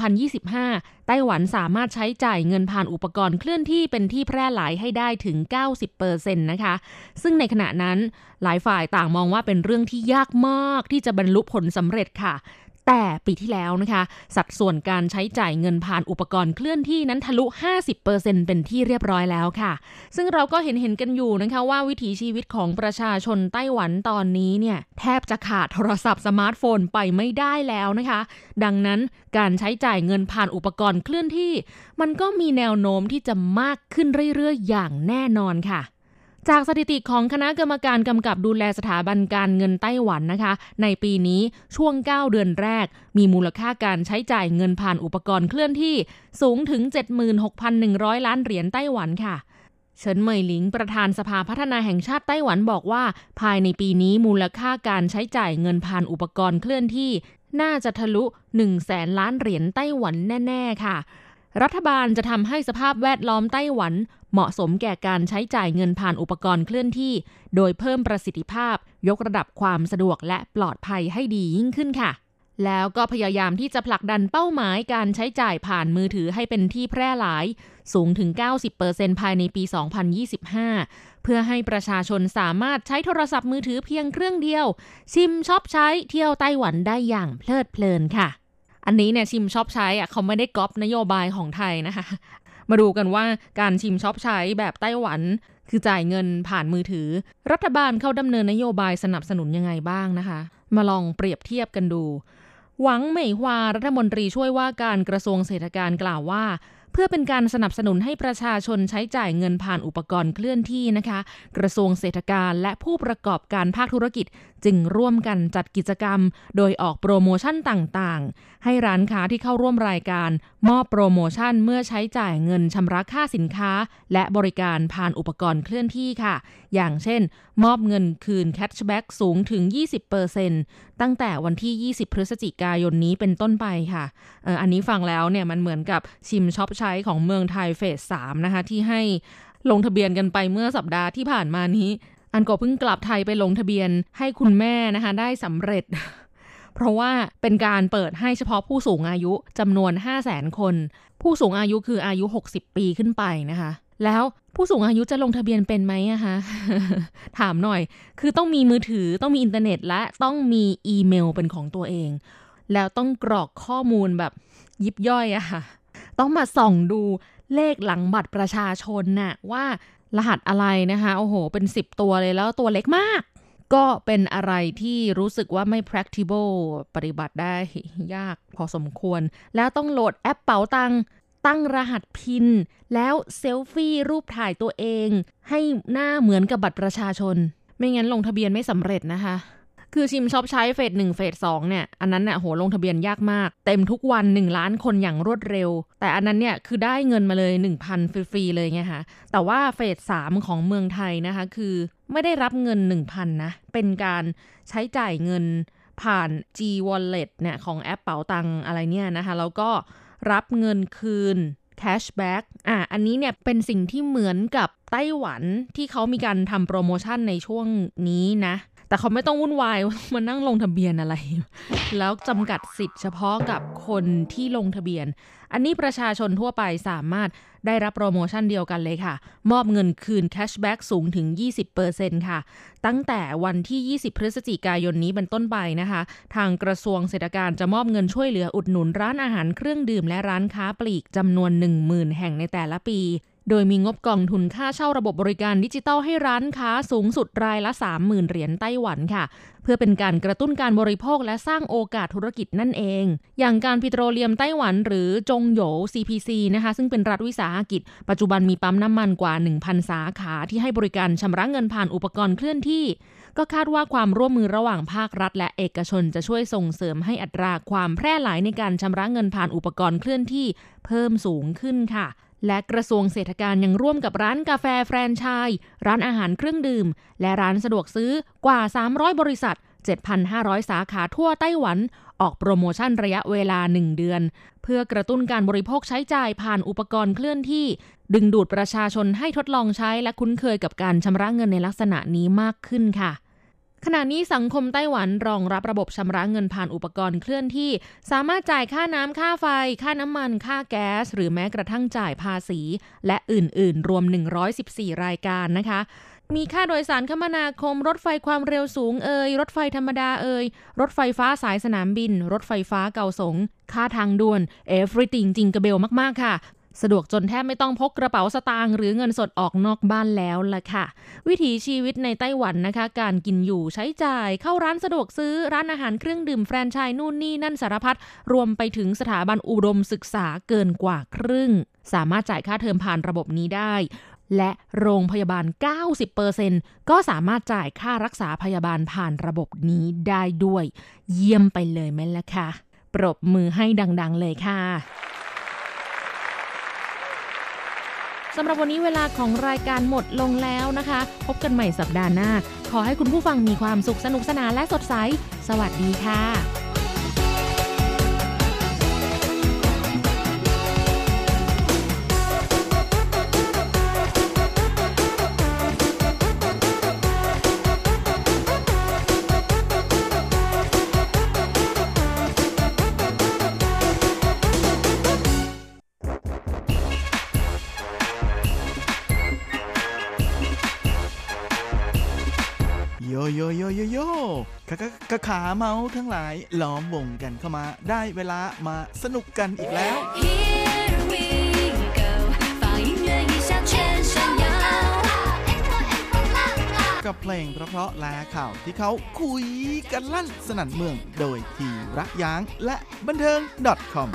2025 ไต้หวันสามารถใช้จ่ายเงินผ่านอุปกรณ์เคลื่อนที่เป็นที่แพร่หลายให้ได้ถึง 90% นะคะซึ่งในขณะนั้นหลายฝ่ายต่างมองว่าเป็นเรื่องที่ยากมากที่จะบรรลุผลสำเร็จค่ะแต่ปีที่แล้วนะคะสัดส่วนการใช้จ่ายเงินผ่านอุปกรณ์เคลื่อนที่นั้นทะลุ 50% เป็นที่เรียบร้อยแล้วค่ะซึ่งเราก็เห็นกันอยู่นะคะว่าวิถีชีวิตของประชาชนไต้หวันตอนนี้เนี่ยแทบจะขาดโทรศัพท์สมาร์ทโฟนไปไม่ได้แล้วนะคะดังนั้นการใช้จ่ายเงินผ่านอุปกรณ์เคลื่อนที่มันก็มีแนวโน้มที่จะมากขึ้นเรื่อยๆอย่างแน่นอนค่ะจากสถิติของคณะกรรมการกำกับดูแลสถาบันการเงินไต้หวันนะคะในปีนี้ช่วง9เดือนแรกมีมูลค่าการใช้จ่ายเงินผ่านอุปกรณ์เคลื่อนที่สูงถึง 76,100 ล้านเหรียญไต้หวันค่ะเฉินเหมยหลิงประธานสภาพัฒนาแห่งชาติไต้หวันบอกว่าภายในปีนี้มูลค่าการใช้จ่ายเงินผ่านอุปกรณ์เคลื่อนที่น่าจะทะลุ 100,000 ล้านเหรียญไต้หวันแน่ๆค่ะรัฐบาลจะทำให้สภาพแวดล้อมไต้หวันเหมาะสมแก่การใช้จ่ายเงินผ่านอุปกรณ์เคลื่อนที่โดยเพิ่มประสิทธิภาพยกระดับความสะดวกและปลอดภัยให้ดียิ่งขึ้นค่ะแล้วก็พยายามที่จะผลักดันเป้าหมายการใช้จ่ายผ่านมือถือให้เป็นที่แพร่หลายสูงถึง 90% ภายในปี 2025 เพื่อให้ประชาชนสามารถใช้โทรศัพท์มือถือเพียงเครื่องเดียวชิมช็อปใช้เที่ยวไต้หวันได้อย่างเพลิดเพลินค่ะอันนี้เนี่ยชิมช็อปใช้เขาไม่ได้ก๊อปนโยบายของไทยนะคะมาดูกันว่าการชิมช็อปใช้แบบไต้หวันคือจ่ายเงินผ่านมือถือรัฐบาลเขาดำเนินนโยบายสนับสนุนยังไงบ้างนะคะมาลองเปรียบเทียบกันดูหวังเหมยฮวารัฐมนตรีช่วยว่าการกระทรวงเศรษฐกิจกล่าวว่าเพื่อเป็นการสนับสนุนให้ประชาชนใช้จ่ายเงินผ่านอุปกรณ์เคลื่อนที่นะคะกระทรวงเศรษฐกิจและผู้ประกอบการภาคธุรกิจจึงร่วมกันจัดกิจกรรมโดยออกโปรโมชั่นต่างๆให้ร้านค้าที่เข้าร่วมรายการมอบโปรโมชั่นเมื่อใช้จ่ายเงินชำระค่าสินค้าและบริการผ่านอุปกรณ์เคลื่อนที่ค่ะอย่างเช่นมอบเงินคืนแคชแบ็กสูงถึง 20% ตั้งแต่วันที่ 20 พฤศจิกายนนี้เป็นต้นไปค่ะอันนี้ฟังแล้วเนี่ยมันเหมือนกับชิมช็อปใช้ของเมืองไทยเฟส 3 นะคะที่ให้ลงทะเบียนกันไปเมื่อสัปดาห์ที่ผ่านมานี้อันก็เพิ่งกลับไทยไปลงทะเบียนให้คุณแม่นะคะได้สำเร็จ เพราะว่าเป็นการเปิดให้เฉพาะผู้สูงอายุจำนวน 500,000 คนผู้สูงอายุคืออายุ60ปีขึ้นไปนะคะแล้วผู้สูงอายุจะลงทะเบียนเป็นไหมอะคะ ถามหน่อยคือต้องมีมือถือต้องมีอินเทอร์เน็ตและต้องมีอีเมลเป็นของตัวเองแล้วต้องกรอกข้อมูลแบบยิบย่อยอะค่ะต้องมาส่องดูเลขหลังบัตรประชาชนน่ะว่ารหัสอะไรนะคะโอ้โหเป็น10ตัวเลยแล้วตัวเล็กมากก็เป็นอะไรที่รู้สึกว่าไม่ practical ปฏิบัติได้ยากพอสมควรแล้วต้องโหลดแอปเป๋าตังค์ตั้งรหัสพินแล้วเซลฟี่รูปถ่ายตัวเองให้หน้าเหมือนกับบัตรประชาชนไม่งั้นลงทะเบียนไม่สำเร็จนะคะคือชิมช็อปใช้เฟส 1 เฟส 2เนี่ยอันนั้นเนี่ยโหลงทะเบียนยากมากเต็มทุกวัน1ล้านคนอย่างรวดเร็วแต่อันนั้นเนี่ยคือได้เงินมาเลย 1,000 ฟรีๆเลยไงคะแต่ว่าเฟส 3 ของเมืองไทยนะคะคือไม่ได้รับเงิน 1,000 นะเป็นการใช้จ่ายเงินผ่าน G Wallet เนี่ยของแอปเป๋าตังอะไรเนี่ยนะคะแล้วก็รับเงินคืนแคชแบ็กอันนี้เนี่ยเป็นสิ่งที่เหมือนกับไต้หวันที่เขามีการทำโปรโมชั่นในช่วงนี้นะแต่เขาไม่ต้องวุ่นวายมานั่งลงทะเบียนอะไรแล้วจำกัดสิทธิ์เฉพาะกับคนที่ลงทะเบียนอันนี้ประชาชนทั่วไปสามารถได้รับโปรโมชั่นเดียวกันเลยค่ะมอบเงินคืนแคชแบ็กสูงถึง 20% ค่ะตั้งแต่วันที่ 20 พฤศจิกายนนี้เป็นต้นไปนะคะทางกระทรวงเศรษฐกิจจะมอบเงินช่วยเหลืออุดหนุนร้านอาหารเครื่องดื่มและร้านค้าปลีกจำนวน 10,000 แห่งในแต่ละปีโดยมีงบกองทุนค่าเช่าระบบบริการดิจิทัลให้ร้านค้าสูงสุดรายละ 30,000 เหรียญไต้หวันค่ะเพื่อเป็นการกระตุ้นการบริโภคและสร้างโอกาสธุรกิจนั่นเองอย่างการปิโตรเลียมไต้หวันหรือจงโหยว CPC นะคะซึ่งเป็นรัฐวิสาหกิจปัจจุบันมีปั๊มน้ำมันกว่า 1,000 สาขาที่ให้บริการชำระเงินผ่านอุปกรณ์เคลื่อนที่ก็คาดว่าความร่วมมือระหว่างภาครัฐและเอกชนจะช่วยส่งเสริมให้อัตราความแพร่หลายในการชำระเงินผ่านอุปกรณ์เคลื่อนที่เพิ่มสูงขึ้นค่ะและกระทรวงเศรษฐกิจยังร่วมกับร้านกาแฟแฟรนไชส์ร้านอาหารเครื่องดื่มและร้านสะดวกซื้อกว่า300บริษัท 7,500 สาขาทั่วไต้หวันออกโปรโมชั่นระยะเวลา1เดือนเพื่อกระตุ้นการบริโภคใช้จ่ายผ่านอุปกรณ์เคลื่อนที่ดึงดูดประชาชนให้ทดลองใช้และคุ้นเคยกับการชำระเงินในลักษณะนี้มากขึ้นค่ะขณะนี้สังคมไต้หวันรองรับระบบชำระเงินผ่านอุปกรณ์เคลื่อนที่สามารถจ่ายค่าน้ำค่าไฟค่าน้ำมันค่าแก๊สหรือแม้กระทั่งจ่ายภาษีและอื่นๆรวม114รายการนะคะมีค่าโดยสารคมนาคมรถไฟความเร็วสูงรถไฟธรรมดารถไฟฟ้าสายสนามบินรถไฟฟ้าเกาสงค่าทางด่วน everything จริงกระเบลมากๆค่ะสะดวกจนแทบไม่ต้องพกกระเป๋าสตางค์หรือเงินสดออกนอกบ้านแล้วล่ะค่ะวิถีชีวิตในไต้หวันนะคะการกินอยู่ใช้จ่ายเข้าร้านสะดวกซื้อร้านอาหารเครื่องดื่มแฟรนไชส์นู่นนี่นั่นสารพัดรวมไปถึงสถาบันอุดมศึกษาเกินกว่าครึ่งสามารถจ่ายค่าเทอมผ่านระบบนี้ได้และโรงพยาบาล 90% ก็สามารถจ่ายค่ารักษาพยาบาลผ่านระบบนี้ได้ด้วยเยี่ยมไปเลยไหมล่ะคะปรบมือให้ดังๆเลยค่ะสำหรับวันนี้เวลาของรายการหมดลงแล้วนะคะพบกันใหม่สัปดาห์หน้าขอให้คุณผู้ฟังมีความสุขสนุกสนานและสดใสสวัสดีค่ะโยโยโยโยโยขาเมาทั้งหลายล้อมวงกันเข้ามาได้เวลามาสนุกกันอีกแล้ว Here we go 放音乐一下全身摇กับเพลงเพราะๆและข่าวที่เขาคุยกันลั่นสนั่นเมืองโดยทีระยางและบันเทิง .com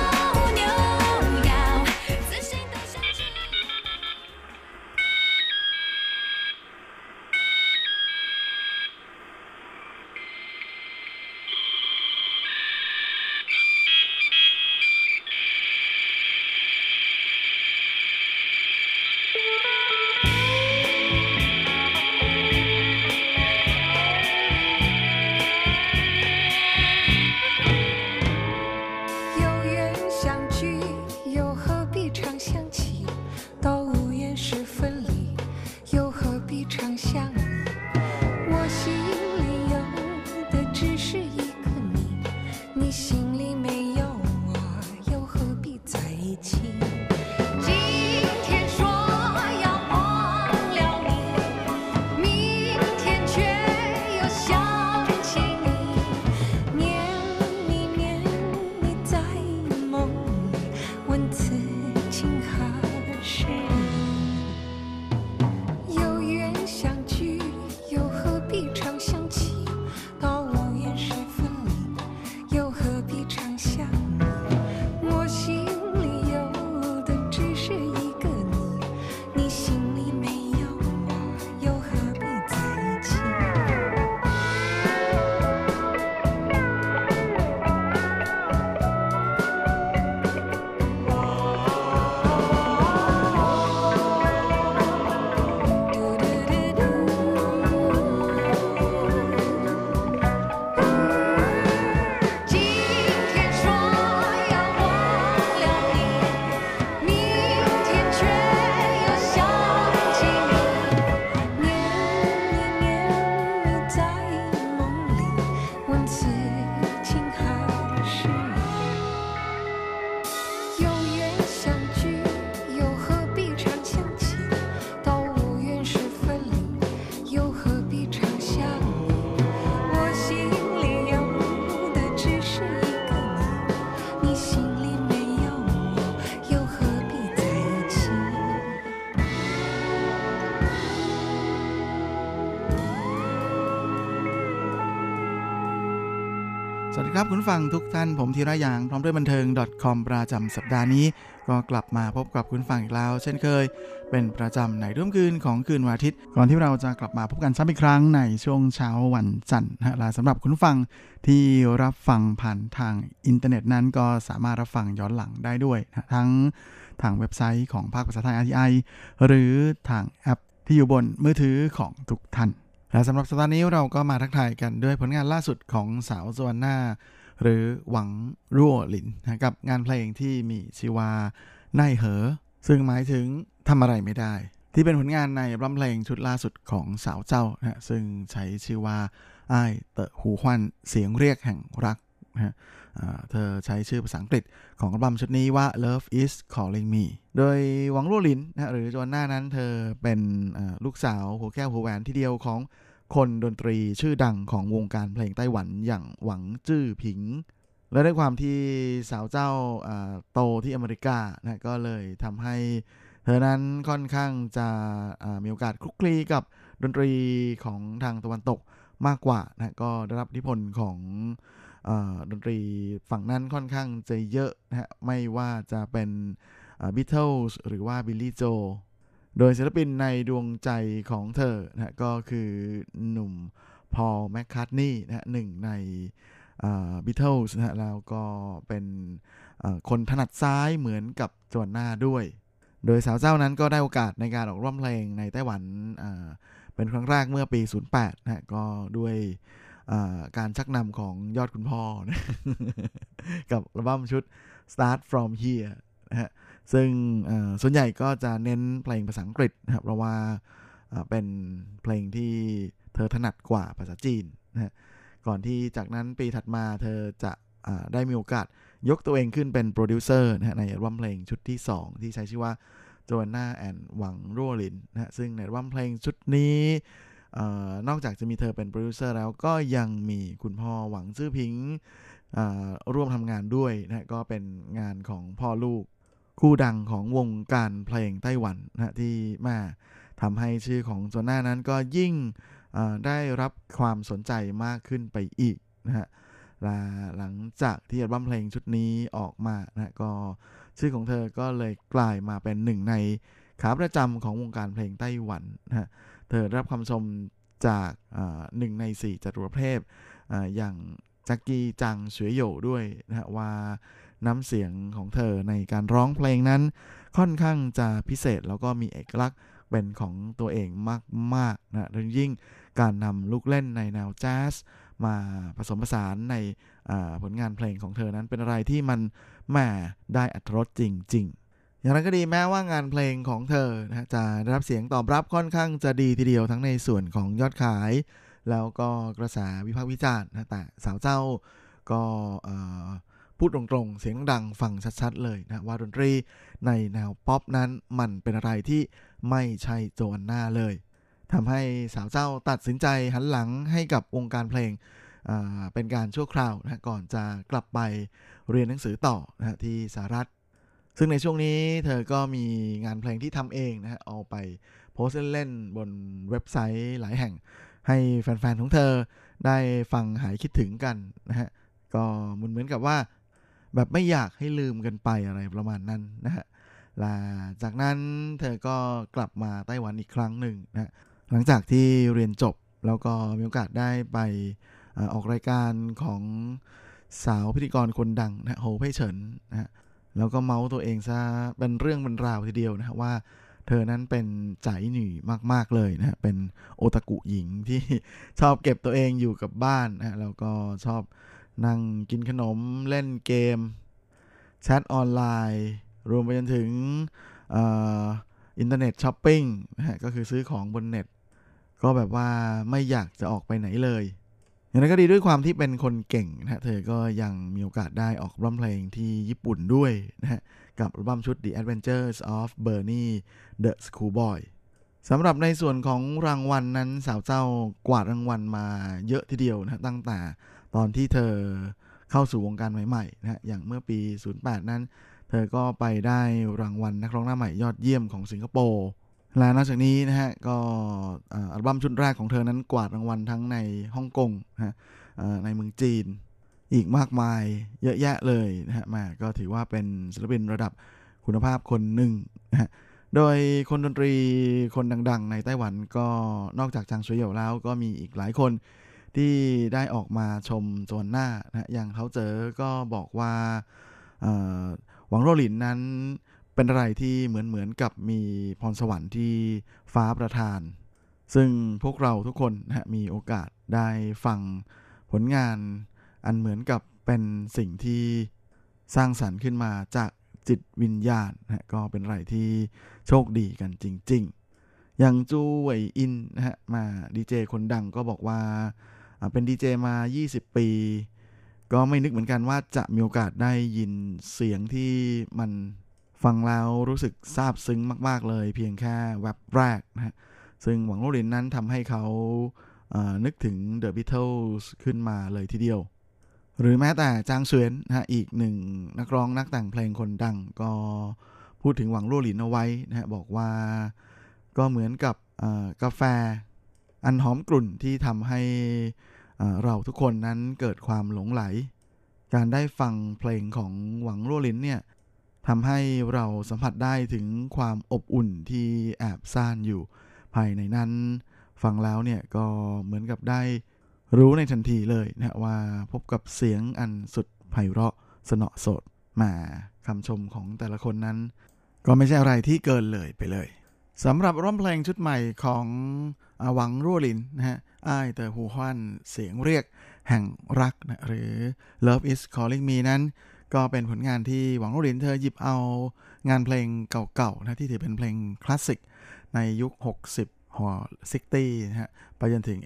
สวัสดีครับคุณฟังทุกท่านผมธีระยางพร้อมด้วยบันเทิง .com ประจำสัปดาห์นี้ก็กลับมาพบกับคุณฟังอีกแล้วเช่นเคยเป็นประจำในรุ่มคืนของคืนวันอาทิตย์ก่อนที่เราจะกลับมาพบกันซ้ำอีกครั้งในช่วงเช้าวันจันทร์และสำหรับคุณฟังที่รับฟังผ่านทางอินเทอร์เน็ตนั้นก็สามารถรับฟังย้อนหลังได้ด้วยทั้งทางเว็บไซต์ของภาคภาษาไทย RTI หรือทางแอปที่อยู่บนมือถือของทุกท่านและสำหรับสัปดาห์นี้เราก็มาทักทายกันด้วยผลงานล่าสุดของสาวโซวาน่าหรือหวังรั่วหลินกับงานเพลงที่มีชื่อว่าน่ายเหอซึ่งหมายถึงทำอะไรไม่ได้ที่เป็นผลงานในอัลบั้มเพลงชุดล่าสุดของสาวเจ้าซึ่งใช้ชื่อว่าอ้ายเตะหูควันเสียงเรียกแห่งรักเธอใช้ชื่อภาษาอังกฤษของอัลบั้มชุดนี้ว่า Love is Calling Me โดยหวังรั่วหลินหรือโจนน่านั้นเธอเป็นลูกสาวหัวแก้วหัวแหวนที่เดียวของคนดนตรีชื่อดังของวงการเพลงไต้หวันอย่างหวังจื้อผิงและด้วยความที่สาวเจ้าโตที่อเมริกาก็เลยทำให้เธอนั้นค่อนข้างจะมีโอกาสคลุกคลีกับดนตรีของทางตะวันตกมากกว่าก็ได้รับอิทธิพลของดนตรีฝั่งนั้นค่อนข้างจะเยอะไม่ว่าจะเป็นBeatles หรือว่า Billy Joel โดยศิลปินในดวงใจของเธอก็คือหนุ่มพอลแมคคาร์ทนีย์หนึ่งในBeatles แล้วก็เป็นคนถนัดซ้ายเหมือนกับโจนน่าด้วยโดยสาวเจ้านั้นก็ได้โอกาสในการออกร้องเพลงในไต้หวันเป็นครั้งแรกเมื่อปี 08 ก็ด้วยการชักนำของยอดคุณพ่อ กับอัลบั้มชุด Start From Here ซึ่งส่วนใหญ่ก็จะเน้นเพลงภาษาอังกฤษนะครับเพราะว่าเป็นเพลงที่เธอถนัดกว่าภาษาจีนนะก่อนที่จากนั้นปีถัดมาเธอจะได้มีโอกาสยกตัวเองขึ้นเป็นโปรดิวเซอร์นะในอัลบั้มเพลงชุดที่2ที่ใช้ชื่อว่า Joanna and หวังรั่วหลินนะซึ่งในอัลบั้มเพลงชุดนี้นอกจากจะมีเธอเป็นโปรดิวเซอร์แล้วก็ยังมีคุณพ่อหวังซื่อผิงร่วมทำงานด้วยนะก็เป็นงานของพ่อลูกคู่ดังของวงการเพลงไต้หวันนะที่มาทำให้ชื่อของโจน่านั้นก็ยิ่งได้รับความสนใจมากขึ้นไปอีกนะฮะหลังจากที่อัลบั้มเพลงชุดนี้ออกมานะก็ชื่อของเธอก็เลยกลายมาเป็นหนึ่งในขาประจำของวงการเพลงไต้หวันนะฮะเธอได้รับคำชมจาก1 ใน 4 จตุรเทพอย่างจักกี้จังเฉวยโหย่ด้วยนะฮะว่าน้ำเสียงของเธอในการร้องเพลงนั้นค่อนข้างจะพิเศษแล้วก็มีเอกลักษณ์เป็นของตัวเองมากๆนะโดยยิ่งการนำลูกเล่นในแนวแจ๊สมาผสมผสานในผลงานเพลงของเธอนั้นเป็นอะไรที่มันแหมได้อรรถรสจริงๆอย่างไรก็ดีแม้ว่างานเพลงของเธอนะจะได้รับเสียงตอบรับค่อนข้างจะดีทีเดียวทั้งในส่วนของยอดขายแล้วก็กระแสวิพากษ์วิจารณ์นะแต่สาวเจ้าก็พูดตรงๆเสียงดังฟังชัดๆเลยนะว่าดนตรีในแนวป๊อปนั้นมันเป็นอะไรที่ไม่ใช่โจอันน่าเลยทำให้สาวเจ้าตัดสินใจหันหลังให้กับวงการเพลงเป็นการชั่วคราวนะก่อนจะกลับไปเรียนหนังสือต่อนะที่สหรัฐซึ่งในช่วงนี้เธอก็มีงานเพลงที่ทำเองนะเอาไปโพสต์เล่นๆบนเว็บไซต์หลายแห่งให้แฟนๆของเธอได้ฟังหายคิดถึงกันนะฮะก็เหมือนกับว่าแบบไม่อยากให้ลืมกันไปอะไรประมาณนั้นนะฮะจากนั้นเธอก็กลับมาไต้หวันอีกครั้งหนึ่งนะหลังจากที่เรียนจบแล้วก็มีโอกาสได้ไปออกรายการของสาวพิธีกรคนดังนะโฮเพ่เฉินนะแล้วก็เมาส์ตัวเองซะเป็นเรื่องเป็นราวทีเดียวนะว่าเธอนั้นเป็นใจหนุ่ยมากๆเลยนะเป็นโอตากุหญิงที่ชอบเก็บตัวเองอยู่กับบ้านนะแล้วก็ชอบนั่งกินขนมเล่นเกมแชทออนไลน์รวมไปจนถึงอินเทอร์เน็ตช้อปปิ้งนะก็คือซื้อของบนเน็ตก็แบบว่าไม่อยากจะออกไปไหนเลยอย่างนั้นก็ดีด้วยความที่เป็นคนเก่งนะเธอก็ยังมีโอกาสได้ออกอัลบั้มเพลงที่ญี่ปุ่นด้วยนะฮะกับอัลบั้มชุด The Adventures of Bernie the Schoolboy สำหรับในส่วนของรางวัลนั้นสาวเจ้ากวาดรางวัลมาเยอะทีเดียวนะตั้งแต่ตอนที่เธอเข้าสู่วงการใหม่ๆนะอย่างเมื่อปี08นั้นเธอก็ไปได้รางวัลนักร้องหน้าใหม่ยอดเยี่ยมของสิงคโปร์และนอกจากนี้นะฮะก็อัลบั้มชุดแรกของเธอนั้นกวาดรางวัลทั้งในฮ่องกงนะฮะในเมืองจีนอีกมากมายเยอะแยะเลยนะฮะมาก็ถือว่าเป็นศิลปินระดับคุณภาพคนหนึ่งนะฮะโดยคนดนตรีคนดังๆในไต้หวันก็นอกจากจางเฉวยโหย่แล้วก็มีอีกหลายคนที่ได้ออกมาชมโจนหน้านะอย่างเขาเจอก็บอกว่าหวังโรหลินนั้นเป็นอะไรที่เหมือนกับมีพรสวรรค์ที่ฟ้าประทานซึ่งพวกเราทุกคนนะมีโอกาสได้ฟังผลงานอันเหมือนกับเป็นสิ่งที่สร้างสรรค์ขึ้นมาจากจิตวิญญาณนะก็เป็นอะไรที่โชคดีกันจริงๆอย่างจูเหวยอินนะฮะมาดีเจคนดังก็บอกว่าเป็นดีเจมา20ปีก็ไม่นึกเหมือนกันว่าจะมีโอกาสได้ยินเสียงที่มันฟังแล้วรู้สึกซาบซึ้งมากๆเลยเพียงแค่แวบแรกนะฮะซึ่งหวังโรหลินนั้นทำให้เขานึกถึง The Beatles ขึ้นมาเลยทีเดียวหรือแม้แต่จางเฉียนนะฮะอีกหนึ่งนักร้องนักแต่งเพลงคนดังก็พูดถึงหวังโรหลินเอาไว้นะฮะบอกว่าก็เหมือนกับกาแฟอันหอมกลุ่นที่ทำให้เราทุกคนนั้นเกิดความหลงไหลการได้ฟังเพลงของหวังโรหลินเนี่ยทำให้เราสัมผัสได้ถึงความอบอุ่นที่แอบซ่านอยู่ภายในนั้นฟังแล้วเนี่ยก็เหมือนกับได้รู้ในทันทีเลยนะว่าพบกับเสียงอันสุดไพเราะสนอสดมาคำชมของแต่ละคนนั้นก็ไม่ใช่อะไรที่เกินเลยไปเลยสำหรับร้องเพลงชุดใหม่ของหวังโรหลินนะฮะอ้ายเตอหูฮวันเสียงเรียกแห่งรักนะหรือ Love is Calling Me นั้นก็เป็นผลงานที่หวังโรหลินเธอหยิบเอางานเพลงเก่าๆนะที่ถือเป็นเพลงคลาสสิกในยุค60หัว60นะฮะไปจนถึง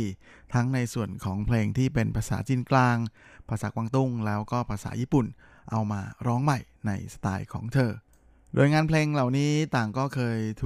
80ทั้งในส่วนของเพลงที่เป็นภาษาจีนกลางภาษากวางตุ้งแล้วก็ภาษาญี่ปุ่นเอามาร้องใหม่ในสไตล์ของเธอโดยงานเพลงเหล่านี้ต่างก็เคยถูก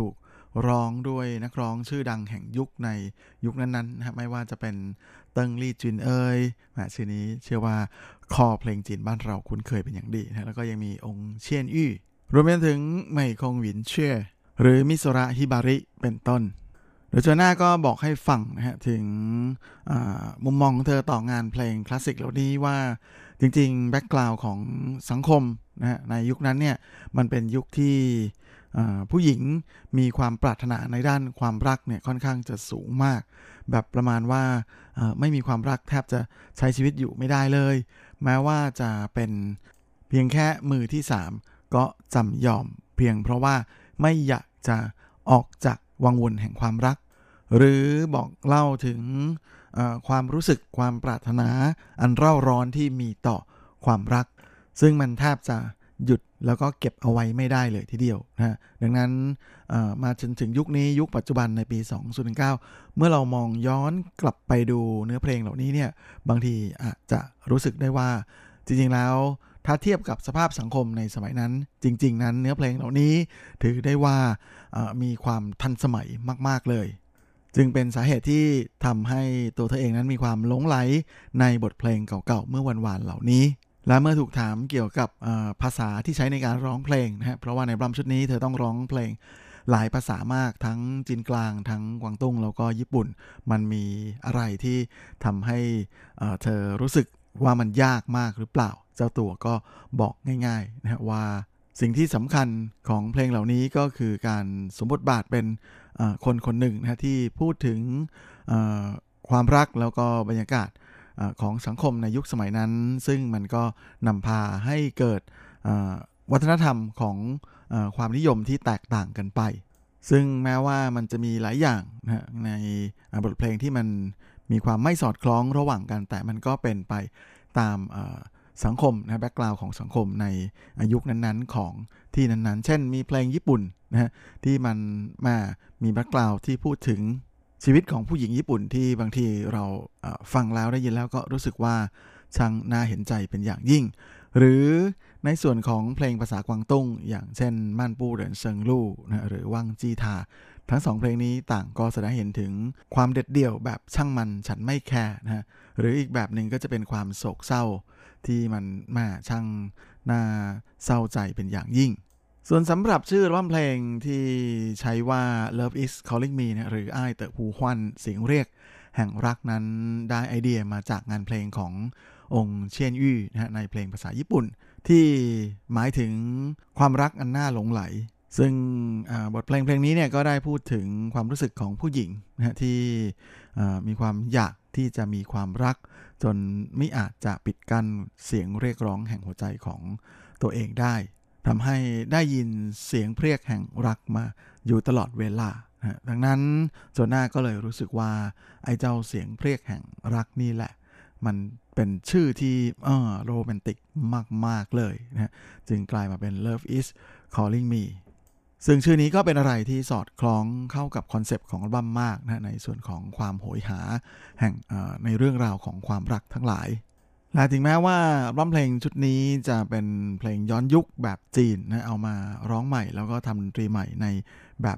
ร้องด้วยนักร้องชื่อดังแห่งยุคในยุคนั้นๆนะไม่ว่าจะเป็นเติ้งลี่จินชื่อนี้เชื่อว่าคอเพลงจีนบ้านเราคุ้นเคยเป็นอย่างดีนะแล้วก็ยังมีองค์เชียนอี้รวมไปถึงเหมยคงหวินเช่หรือมิโซระฮิบาริเป็นต้นโดยโจน่าก็บอกให้ฟังนะฮะถึงมุมมองของเธอต่องานเพลงคลาสสิกเหล่านี้ว่าจริงๆแบ็คกราวด์ของสังคมนะฮะในยุคนั้นเนี่ยมันเป็นยุคที่ผู้หญิงมีความปรารถนาในด้านความรักเนี่ยค่อนข้างจะสูงมากแบบประมาณว่าไม่มีความรักแทบจะใช้ชีวิตอยู่ไม่ได้เลยแม้ว่าจะเป็นเพียงแค่มือที่3ก็จำยอมเพียงเพราะว่าไม่อยากจะออกจากวังวนแห่งความรักหรือบอกเล่าถึงความรู้สึกความปรารถนาอันเร่าร้อนที่มีต่อความรักซึ่งมันแทบจะหยุดแล้วก็เก็บเอาไว้ไม่ได้เลยทีเดียวนะดังนั้นมาจนถึงยุคนี้ยุคปัจจุบันในปี 2019 เมื่อเรามองย้อนกลับไปดูเนื้อเพลงเหล่านี้เนี่ยบางทีอาจจะรู้สึกได้ว่าจริงๆแล้วถ้าเทียบกับสภาพสังคมในสมัยนั้นจริงๆนั้นเนื้อเพลงเหล่านี้ถือได้ว่ามีความทันสมัยมากๆเลยจึงเป็นสาเหตุที่ทำให้ตัวเธอเองนั้นมีความหลงไหลในบทเพลงเก่าๆเมื่อวานๆเหล่านี้และเมื่อถูกถามเกี่ยวกับภาษาที่ใช้ในการร้องเพลงนะฮะเพราะว่าในอัลบั้มชุดนี้เธอต้องร้องเพลงหลายภาษามากทั้งจีนกลางทั้งกวางตุ้งแล้วก็ญี่ปุ่นมันมีอะไรที่ทำให้เธอรู้สึกว่ามันยากมากหรือเปล่าเจ้าตัวก็บอกง่ายๆนะฮะว่าสิ่งที่สำคัญของเพลงเหล่านี้ก็คือการสมบทบาทเป็นคนคนหนึ่งนะที่พูดถึงความรักแล้วก็บรรยากาศของสังคมในยุคสมัยนั้นซึ่งมันก็นำพาให้เกิดวัฒนธรรมของความนิยมที่แตกต่างกันไปซึ่งแม้ว่ามันจะมีหลายอย่างนะในบทเพลงที่มันมีความไม่สอดคล้องระหว่างกันแต่มันก็เป็นไปตามสังคมนะแบ็คกราวด์ของสังคมในยุคนั้นๆของที่นั้นๆเช่นมีเพลงญี่ปุ่นนะฮะที่มันมีแบ็คกราวด์ที่พูดถึงชีวิตของผู้หญิงญี่ปุ่นที่บางทีเราฟังแล้วได้ยินแล้วก็รู้สึกว่าช่างน่าเห็นใจเป็นอย่างยิ่งหรือในส่วนของเพลงภาษากวางตุ้งอย่างเช่นม่านปู้เหรินเซิงลู่นะหรือว่างจี้ทาทั้ง2เพลงนี้ต่างก็แสดงเห็นถึงความเด็ดเดี่ยวแบบช่างมันฉันไม่แคร์นะฮะหรืออีกแบบหนึ่งก็จะเป็นความโศกเศร้าที่มันช่างน่าเศร้าใจเป็นอย่างยิ่งส่วนสำหรับชื่ออัลบั้มเพลงที่ใช้ว่า Love is Calling Me นะหรืออ้ายเต๋อฮูฮวันเสียงเรียกแห่งรักนั้นได้ไอเดียมาจากงานเพลงขององค์เชียนอี้นะฮะในเพลงภาษาญี่ปุ่นที่หมายถึงความรักอันน่าหลงไหลซึ่งบทเพลงนี้เนี่ยก็ได้พูดถึงความรู้สึกของผู้หญิงนะฮะที่มีความอยากที่จะมีความรักจนไม่อาจจะปิดกั้นเสียงเรียกร้องแห่งหัวใจของตัวเองได้ทำให้ได้ยินเสียงเพรียกแห่งรักมาอยู่ตลอดเวลาดังนั้นโจน่าก็เลยรู้สึกว่าไอ้เจ้าเสียงเพรียกแห่งรักนี่แหละมันเป็นชื่อที่โรแมนติกมากๆเลยนะจึงกลายมาเป็น Love is Calling Me ซึ่งชื่อนี้ก็เป็นอะไรที่สอดคล้องเข้ากับคอนเซปต์ของอัลบั้มมากนะในส่วนของความโหยหาแห่งในเรื่องราวของความรักทั้งหลายและถึงแม้ว่าอัลบั้มเพลงชุดนี้จะเป็นเพลงย้อนยุคแบบจีนนะเอามาร้องใหม่แล้วก็ทำดนตรีใหม่ในแบบ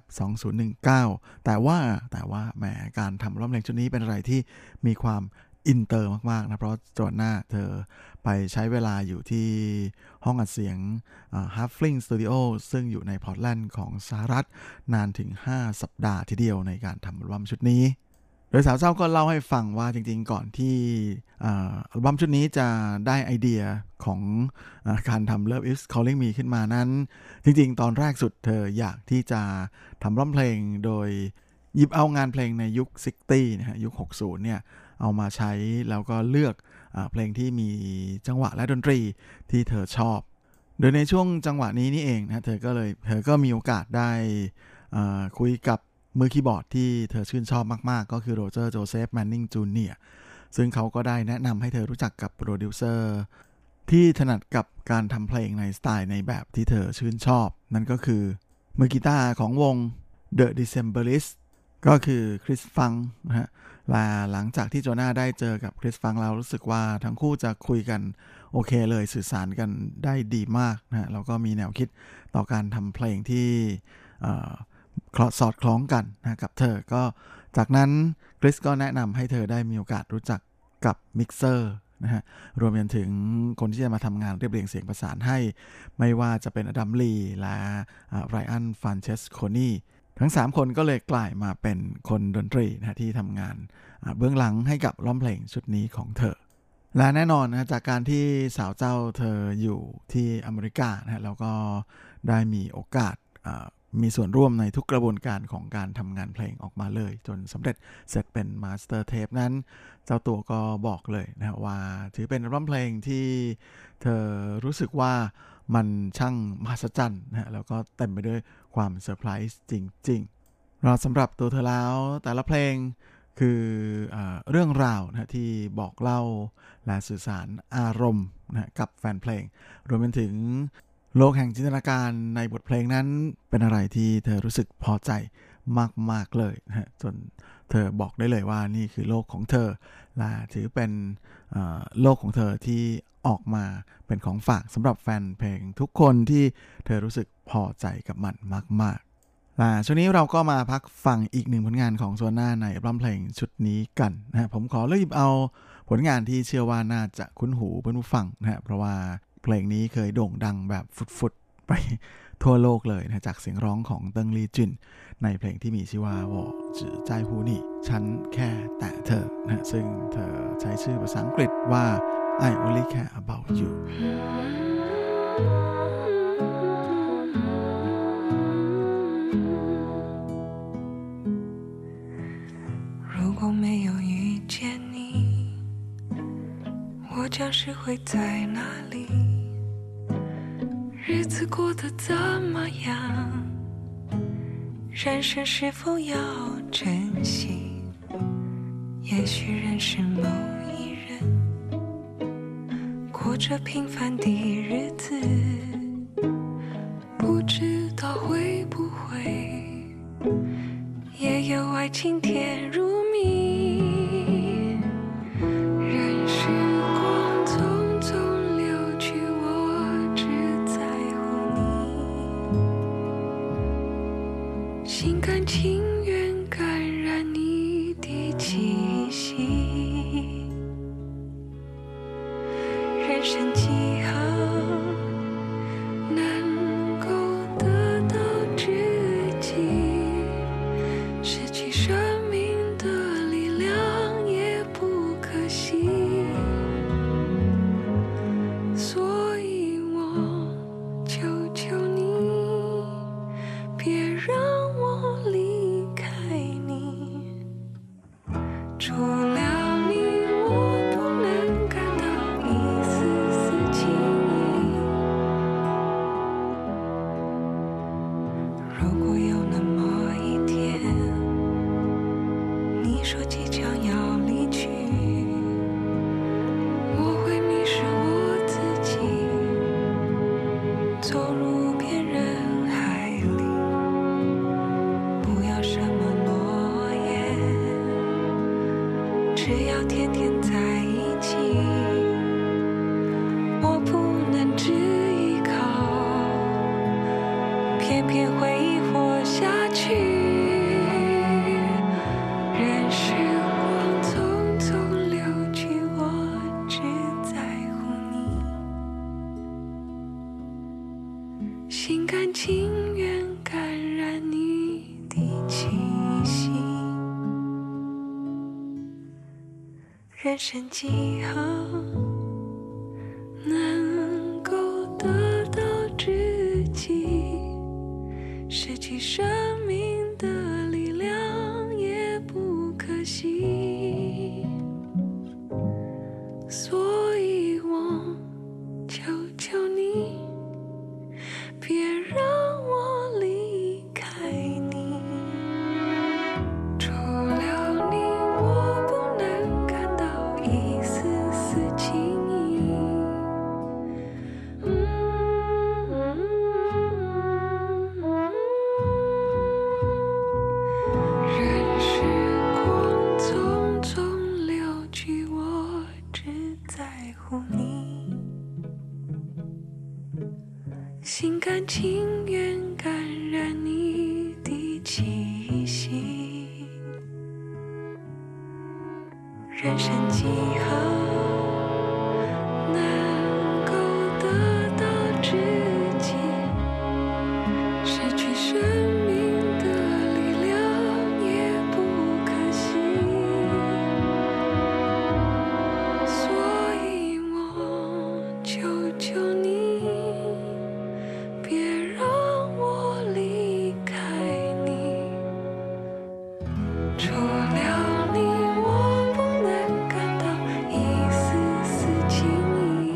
2019 แต่ว่าแหมการทำอัลบั้มเพลงชุดนี้เป็นอะไรที่มีความอินเตอร์มากๆนะเพราะโจน่าเธอไปใช้เวลาอยู่ที่ห้องอัดเสียงHuffling Studio ซึ่งอยู่ในพอร์ตแลนด์ของสหรัฐนานถึง5 สัปดาห์ทีเดียวในการทำอัลบั้มชุดนี้โดยสาวเจ้าก็เล่าให้ฟังว่าจริงๆก่อนที่อัลบั้มชุดนี้จะได้ไอเดียของการทำ Love is Calling Me ขึ้นมานั้นจริงๆตอนแรกสุดเธออยากที่จะทำอัลบั้มเพลงโดยหยิบเอางานเพลงในยุค 60 นะฮะยุค 60 เนี่ยเอามาใช้แล้วก็เลือกเพลงที่มีจังหวะและดนตรีที่เธอชอบโดยในช่วงจังหวะนี้นี่เองนะเธอก็มีโอกาสได้คุยกับมือคีย์บอร์ดที่เธอชื่นชอบมากๆก็คือโรเจอร์โจเซฟแมนนิงจูเนียร์ซึ่งเขาก็ได้แนะนำให้เธอรู้จักกับโปรดิวเซอร์ที่ถนัดกับการทำเพลงในสไตล์ในแบบที่เธอชื่นชอบนั่นก็คือมือกีตาร์ของวง The Decemberists ก็คือคริสฟังนะฮะและหลังจากที่โจน่าได้เจอกับคริสฟังเรารู้สึกว่าทั้งคู่จะคุยกันโอเคเลยสื่อสารกันได้ดีมากนะแล้วก็มีแนวคิดต่อการทำเพลงที่สอดคล้องกันนะกับเธอก็จากนั้นคริสก็แนะนำให้เธอได้มีโอกาสรู้จักกับมิกเซอร์นะฮะรวมถึงคนที่จะมาทำงานเรียบเรียงเสียงประสานให้ไม่ว่าจะเป็นอดัมลีและไรอันฟรานเชสโคนีทั้ง3คนก็เลยกลายมาเป็นคนดนตรีนะที่ทำงานเบื้องหลังให้กับร้องเพลงชุดนี้ของเธอและแน่นอนนะจากการที่สาวเจ้าเธออยู่ที่อเมริกานะแล้วก็ได้มีโอกาสมีส่วนร่วมในทุกกระบวนการของการทำงานเพลงออกมาเลยจนสำเร็จเสร็จเป็นมาสเตอร์เทปนั้นเจ้าตัวก็บอกเลยนะว่าถือเป็นอัลบั้มเพลงที่เธอรู้สึกว่ามันช่างมหัศจรรย์นะแล้วก็เต็มไปด้วยความเซอร์ไพรส์จริงๆเราสำหรับตัวเธอแล้วแต่ละเพลงคือเรื่องราวนะที่บอกเล่าและสื่อสารอารมณ์นะกับแฟนเพลงรวมไปถึงโลกแห่งจินตนาการในบทเพลงนั้นเป็นอะไรที่เธอรู้สึกพอใจมากๆเลยนะจนเธอบอกได้เลยว่านี่คือโลกของเธอและถือเป็นโลกของเธอที่ออกมาเป็นของฝากสำหรับแฟนเพลงทุกคนที่เธอรู้สึกพอใจกับมันมากๆช่วงนี้เราก็มาพักฟังอีกหนึ่งผลงานของโซน่าในอัลบั้มเพลงชุดนี้กันนะผมขอเลือกหยิบเอาผลงานที่เชื่อว่าน่าจะคุ้นหูเพื่อนผู้ฟังนะเพราะว่าเพลงนี้เคยโด่งดังแบบฟุดๆไปทั่วโลกเลยนะจากเสียงร้องของเติ้งลี่จินในเพลงที่มีชื่อว่า我只在乎你ฉันแค่แต่เธอนะซึ่งเธอใช้ชื่อภาษาอังกฤษว่า I only care about you 如果没有遇见你我将是会在哪里日子过得怎么样人生是否要珍惜也许认识某一人过着平凡的日子不知道会不会也有爱情甜如蜜任时光匆匆流去我只在乎你心甘情愿感染你的气息人生几行能够得到知己失去生命的力量也不可惜所以我求求你别让我离开你除了你我不能感到一丝丝情意如果有那么一天你说即将要离去我会迷失我自己走入别人海里不要什么诺言只要天天在一起我不能只依靠偏偏回忆活下去任时光匆匆流去我只在乎你心甘情愿感染你的气息人生几行能够得到知己失去生命的力量也不可惜所以我求求你别让我离开你除了你我不能感到一丝丝情意任时光匆匆流去我只在乎你心甘情愿感染你的气人生几何能够得到知己，失去生命的力量也不可惜，所以我求求你别让我离开你，除了你我不能感到一丝丝情意。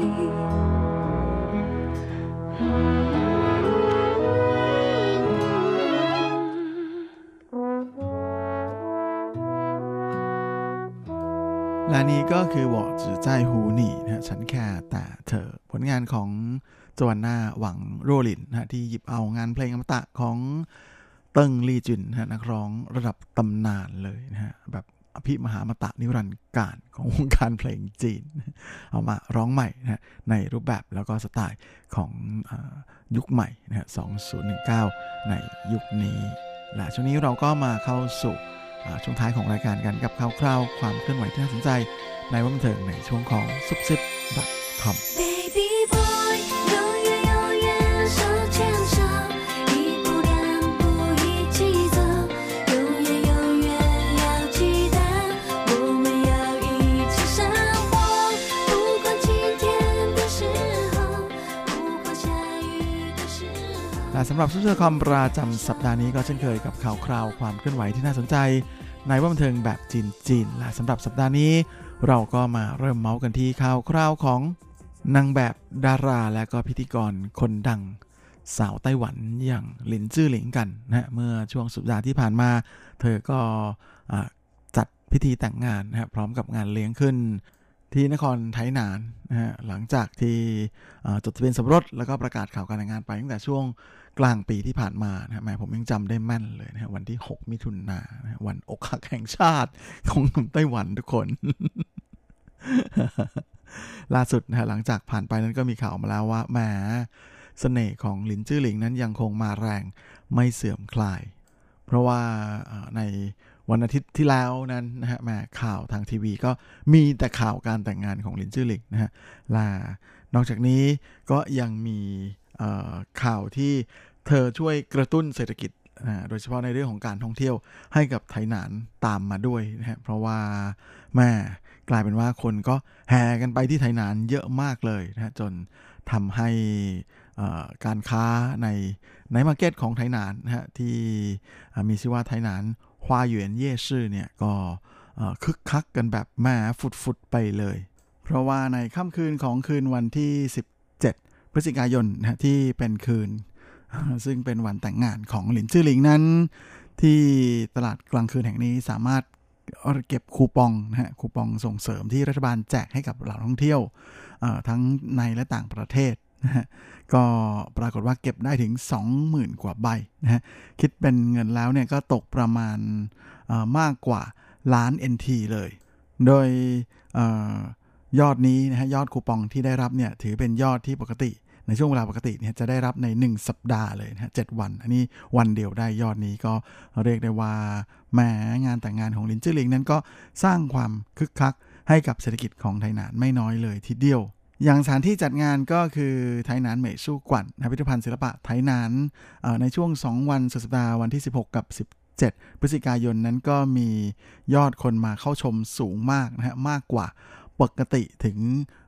และนี้ก็คือ我只在乎你นะฉันแค่แต่เธอผลงานของโจวานนาหวังโรลินนะที่หยิบเอางานเพลงอมตะของเติ้งลี่จุนนะนักร้องระดับตำนานเลยนะฮะแบบอภิมหาอมตะนิรันดร์กาลของวงการเพลงจีนเอามาร้องใหม่นะในรูปแบบแล้วก็สไตล์ของยุคใหม่นะฮะ2019ในยุคนี้และช่วงนี้เราก็มาเข้าสู่ช่วงท้ายของรายการกันกับคร่าวๆความเคลื่อนไหวที่น่าสนใจในวันบันเทิงในช่วงของซุปซิป .com Baby boy， 永远永远手牵手，一步两步一起走，永远永远要记得，我们要一起生活。不管晴天的时候，不管下雨的时候。 และสำหรับซุปซิป .com ประจำสัปดาห์นี้ก็เช่นเคยกับข่าวคราวความเคลื่อนไหวที่น่าสนใจในวันบันเทิงแบบจีนและสำหรับสัปดาห์นี้เราก็มาเริ่มเมาส์กันที่ข่าวคราวของนางแบบดาราและก็พิธีกรคนดังสาวไต้หวันอย่างหลินจื้อหลิงกันนะเมื่อช่วงสัปดาห์ที่ผ่านมาเธอก็จัดพิธีแต่งงานนะพร้อมกับงานเลี้ยงขึ้นที่นครไทหนานนะฮะหลังจากที่จดทะเบียนสมรสแล้วก็ประกาศข่าวการแต่งงานไปตั้งแต่ช่วงกลางปีที่ผ่านมานะแม่ผมยังจำได้แม่นเลยนะวันที่6มิถุนายนนะวันอกหักแห่งชาติของหนุ่มไต้หวันทุกคน ล่าสุดนะฮะหลังจากผ่านไปนั้นก็มีข่าวมาแล้วว่าแหมเสน่ห์ของหลินจื้อหลิงนั้นยังคงมาแรงไม่เสื่อมคลายเพราะว่าในวันอาทิตย์ที่แล้วนั้นนะฮะแม่ข่าวทางทีวีก็มีแต่ข่าวการแต่งงานของหลินจื้อหลิงนะฮะและนอกจากนี้ก็ยังมีข่าวที่เธอช่วยกระตุ้นเศรษฐกิจโดยเฉพาะในเรื่องของการท่องเที่ยวให้กับไทหนานตามมาด้วยนะฮะเพราะว่าแม่กลายเป็นว่าคนก็แห่กันไปที่ไทหนานเยอะมากเลยนะฮะจนทำให้การค้าในมาร์เก็ตของไทหนานนะฮะที่มีชื่อว่าไทหนานฮวาหยวนเย่ซื่อเนี่ยก็คึกคักกันแบบแม่ฟุดๆไปเลยเพราะว่าในค่ำคืนของคืนวันที่17พฤศจิกายนนะฮะที่เป็นคืนซึ่งเป็นวันแต่งงานของหลินจื้อหลิงนั้นที่ตลาดกลางคืนแห่งนี้สามารถเก็บคูปองนะฮะคูปองส่งเสริมที่รัฐบาลแจกให้กับเหล่านักท่องเที่ยวทั้งในและต่างประเทศนะฮะก็ปรากฏว่าเก็บได้ถึง 20,000 กว่าใบนะฮะคิดเป็นเงินแล้วเนี่ยก็ตกประมาณมากกว่าล้าน NT เลยโดยยอดนี้นะฮะยอดคูปองที่ได้รับเนี่ยถือเป็นยอดที่ปกติในช่วงเวลาปกติเนี่ยจะได้รับใน1สัปดาห์เลยนะฮะ7วันอันนี้วันเดียวได้ยอดนี้ก็เรียกได้ว่าแหมงานแต่งงานของหลินจื้อหลิงนั้นก็สร้างความคึกคักให้กับเศรษฐกิจของไทหนานไม่น้อยเลยทีเดียวอย่างสถานที่จัดงานก็คือไทหนานเหมยสู้กวันพิพิธภัณฑ์ศิลปะไทหนานในช่วง2วันสุดสัปดาห์วันที่16กับ17พฤศจิกายนนั้นก็มียอดคนมาเข้าชมสูงมากนะฮะมากกว่าปกติถึง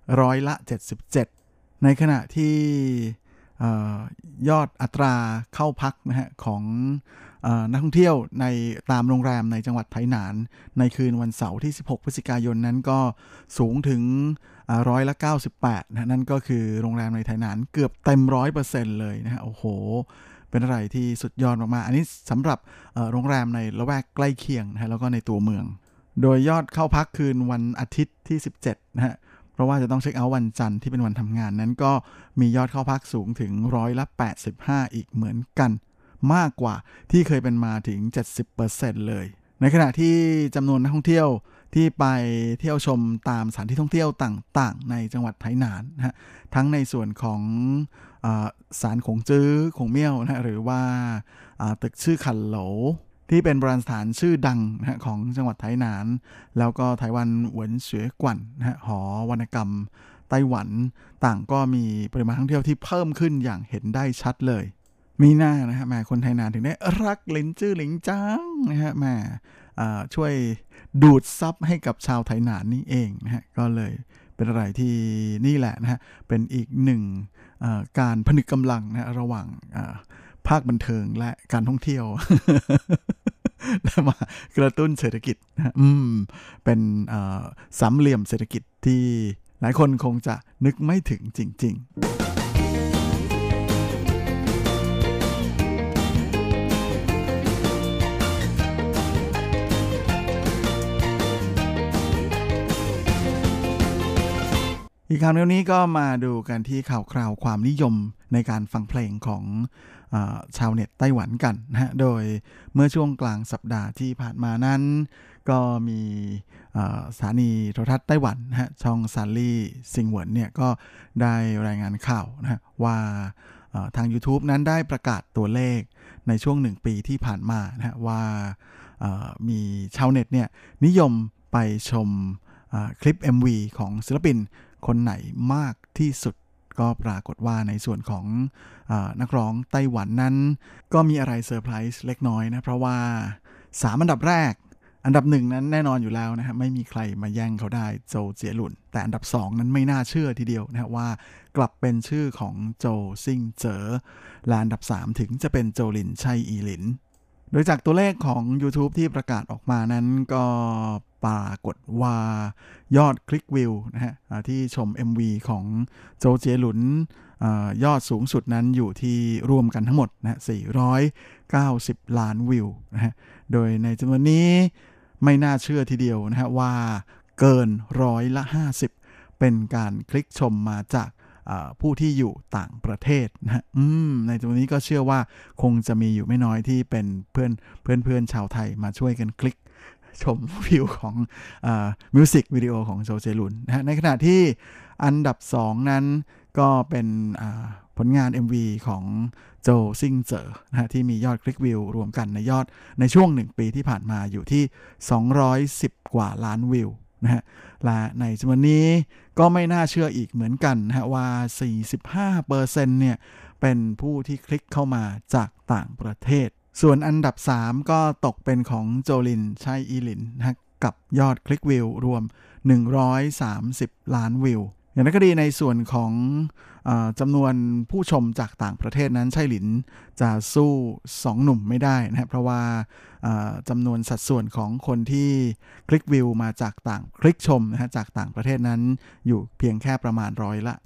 77%ในขณะที่ยอดอัตราเข้าพักนะฮะของนักท่องเที่ยวในตามโรงแรมในจังหวัดไทหนานในคืนวันเสาร์ที่16พฤศจิกายนนั้นก็สูงถึง98%นะนั่นก็คือโรงแรมในไทหนานเกือบเต็ม 100% เลยนะฮะโอ้โหเป็นอะไรที่สุดยอดมากๆอันนี้สำหรับโรงแรมในละแวกใกล้เคียงนะฮะแล้วก็ในตัวเมืองโดยยอดเข้าพักคืนวันอาทิตย์ที่17นะฮะเพราะว่าจะต้องเช็คเอาท์วันจันทร์ที่เป็นวันทำงานนั้นก็มียอดเข้าพักสูงถึง85%อีกเหมือนกันมากกว่าที่เคยเป็นมาถึง 70% เลยในขณะที่จำนวนนักท่องเที่ยวที่ไปเที่ยวชมตามสถานที่ท่องเที่ยวต่างๆในจังหวัดไทหนานนะฮะทั้งในส่วนของศาลขงจื้อขงเมี่ยวนะหรือว่าตึกชื่อคันโหลที่เป็นโบราณสถานชื่อดังนะฮะของจังหวัดไถหนานแล้วก็ไต้หวันเหวินเสวยกวนนะฮะหอวรรณกรรมไต้หวันต่างก็มีปริมาณท่องเที่ยวที่เพิ่มขึ้นอย่างเห็นได้ชัดเลยมีหน้านะฮะแม่คนไทยนานถึงได้รักหลินจื้อหลิงจังนะฮะแม่ช่วยดูดซับให้กับชาวไทยนานนี่เองนะฮะก็เลยเป็นอะไรที่นี่แหละนะฮะเป็นอีกหนึ่งการผนึกกำลังนะระหว่างภาคบันเทิงและการท่องเที่ยว และมากระตุ้นเศรษฐกิจนะเป็นสามเหลี่ยมเศรษฐกิจที่หลายคนคงจะนึกไม่ถึงจริงๆอีกคราวนี้ก็มาดูกันที่ข่าวคราวความนิยมในการฟังเพลงของชาวเน็ตไต้หวันกันนะฮะโดยเมื่อช่วงกลางสัปดาห์ที่ผ่านมานั้นก็มีสถานีโทรทัศน์ไต้หวันนะฮะช่องซานลี่ซิงเหวินเนี่ยก็ได้รายงานข่าวนะฮะว่าทาง YouTube นั้นได้ประกาศตัวเลขในช่วง1ปีที่ผ่านมานะฮะว่ามีชาวเน็ตเนี่ยนิยมไปชมคลิป MV ของศิลปินคนไหนมากที่สุดก็ปรากฏว่าในส่วนของนักร้องไต้หวันนั้นก็มีอะไรเซอร์ไพรส์เล็กน้อยนะเพราะว่า3อันดับแรกอันดับ1นั้นแน่นอนอยู่แล้วนะฮะไม่มีใครมาแย่งเขาได้โจเจี๋ยหลุนแต่อันดับ2นั้นไม่น่าเชื่อทีเดียวนะฮะว่ากลับเป็นชื่อของโจซิ่งเจ๋อและอันดับ3ถึงจะเป็นโจลินไช่อีหลินโดยจากตัวเลขของ YouTube ที่ประกาศออกมานั้นก็ปรากฏว่ายอดคลิกวิวนะฮะที่ชม MV ของโจเจี๋ยหลุนยอดสูงสุดนั้นอยู่ที่รวมกันทั้งหมดนะ490ล้านวิวนะฮะโดยในจำนวนนี้ไม่น่าเชื่อทีเดียวนะฮะว่าเกิน50%เป็นการคลิกชมมาจากผู้ที่อยู่ต่างประเทศนะฮะในจำนวนนี้ก็เชื่อว่าคงจะมีอยู่ไม่น้อยที่เป็นเพื่อนชาวไทยมาช่วยกันคลิกชมวิวของมิวสิกวิดีโอของโจเจี๋ยหลุนนะฮะในขณะที่อันดับ2นั้นก็เป็นผลงาน MV ของโจซิ่งเจ๋อนะฮะที่มียอดคลิกวิวรวมกันในช่วง1ปีที่ผ่านมาอยู่ที่210กว่าล้านวิวนะฮะและในจำนวนนี้ก็ไม่น่าเชื่ออีกเหมือนกันนะฮะว่า 45% เนี่ยเป็นผู้ที่คลิกเข้ามาจากต่างประเทศส่วนอันดับ3ก็ตกเป็นของโจลินไช่อีหลินนะกับยอดคลิกวิวรวม130ล้านวิวอย่างนั้นก็ดีในส่วนของจำนวนผู้ชมจากต่างประเทศนั้นไช่หลินจะสู้2หนุ่มไม่ได้นะเพราะว่าจำนวนสัดส่วนของคนที่คลิกวิวมาจากคลิกชมนะฮะจากต่างประเทศนั้นอยู่เพียงแค่ประมาณ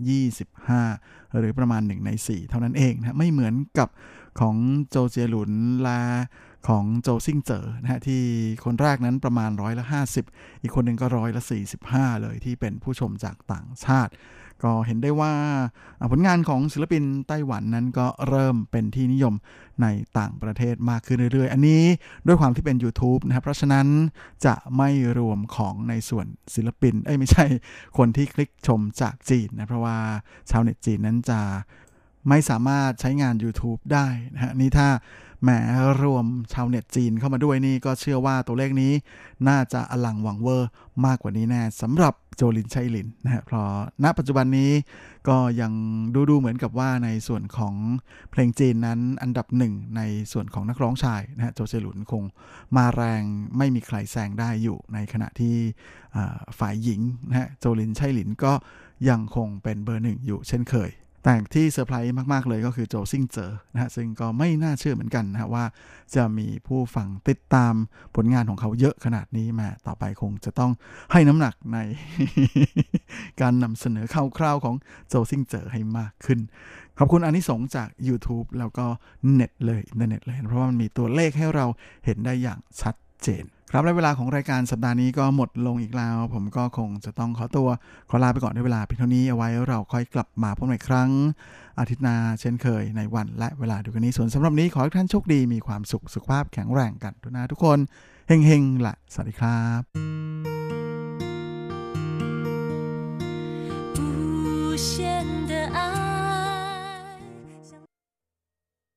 25%หรือประมาณ1ใน4เท่านั้นเองนะไม่เหมือนกับของโจเจี๋ยหลุนและของโจซิ่งเจ๋อนะฮะที่คนแรกนั้นประมาณ50%อีกคนหนึ่งก็45%เลยที่เป็นผู้ชมจากต่างชาติก็เห็นได้ว่าผลงานของศิลปินไต้หวันนั้นก็เริ่มเป็นที่นิยมในต่างประเทศมากขึ้นเรื่อยๆอันนี้ด้วยความที่เป็น YouTube นะครับเพราะฉะนั้นจะไม่รวมของในส่วนศิลปินไม่ใช่คนที่คลิกชมจากจีนนะเพราะว่าชาวเน็ตจีนนั้นจะไม่สามารถใช้งาน YouTube ได้นะฮะนี่ถ้าแหมรวมชาวเน็ตจีนเข้ามาด้วยนี่ก็เชื่อว่าตัวเลขนี้น่าจะอลังวังเวอร์มากกว่านี้แน่สำหรับโจลินไช่หลินนะฮะเพราะณปัจจุบันนี้ก็ยังดูเหมือนกับว่าในส่วนของเพลงจีนนั้นอันดับ1ในส่วนของนักร้องชายนะฮะโจเจี๋ยหลุนคงมาแรงไม่มีใครแซงได้อยู่ในขณะที่ฝ่ายหญิงนะฮะโจลินไช่หลินก็ยังคงเป็นเบอร์1อยู่เช่นเคยแต่ที่เซอร์ไพรส์มากๆเลยก็คือโจซิ่งเจ๋อนะฮะซึ่งก็ไม่น่าเชื่อเหมือนกันนะฮะว่าจะมีผู้ฟังติดตามผลงานของเขาเยอะขนาดนี้มาต่อไปคงจะต้องให้น้ำหนักใน การนำเสนอคร่าวๆของโจซิ่งเจ๋อให้มากขึ้นขอบคุณอานิสงส์จาก YouTube แล้วก็เน็ตเลยอินเทอร์เน็ตเลยเพราะว่ามันมีตัวเลขให้เราเห็นได้อย่างชัดเจนครับและเวลาของรายการสัปดาห์นี้ก็หมดลงอีกแล้วผมก็คงจะต้องขอลาไปก่อนด้วยเวลาเพียงเท่านี้เอาไว้เราค่อยกลับมาพบกันอีกครั้งอาทิตย์หน้าเช่นเคยในวันและเวลาเดียวกันนี้ส่วนสำหรับนี้ขอให้ท่านโชคดีมีความสุขสุขภาพแข็งแรงกันทุกท่านทุกคนเฮงๆล่ะสวัสดีครับ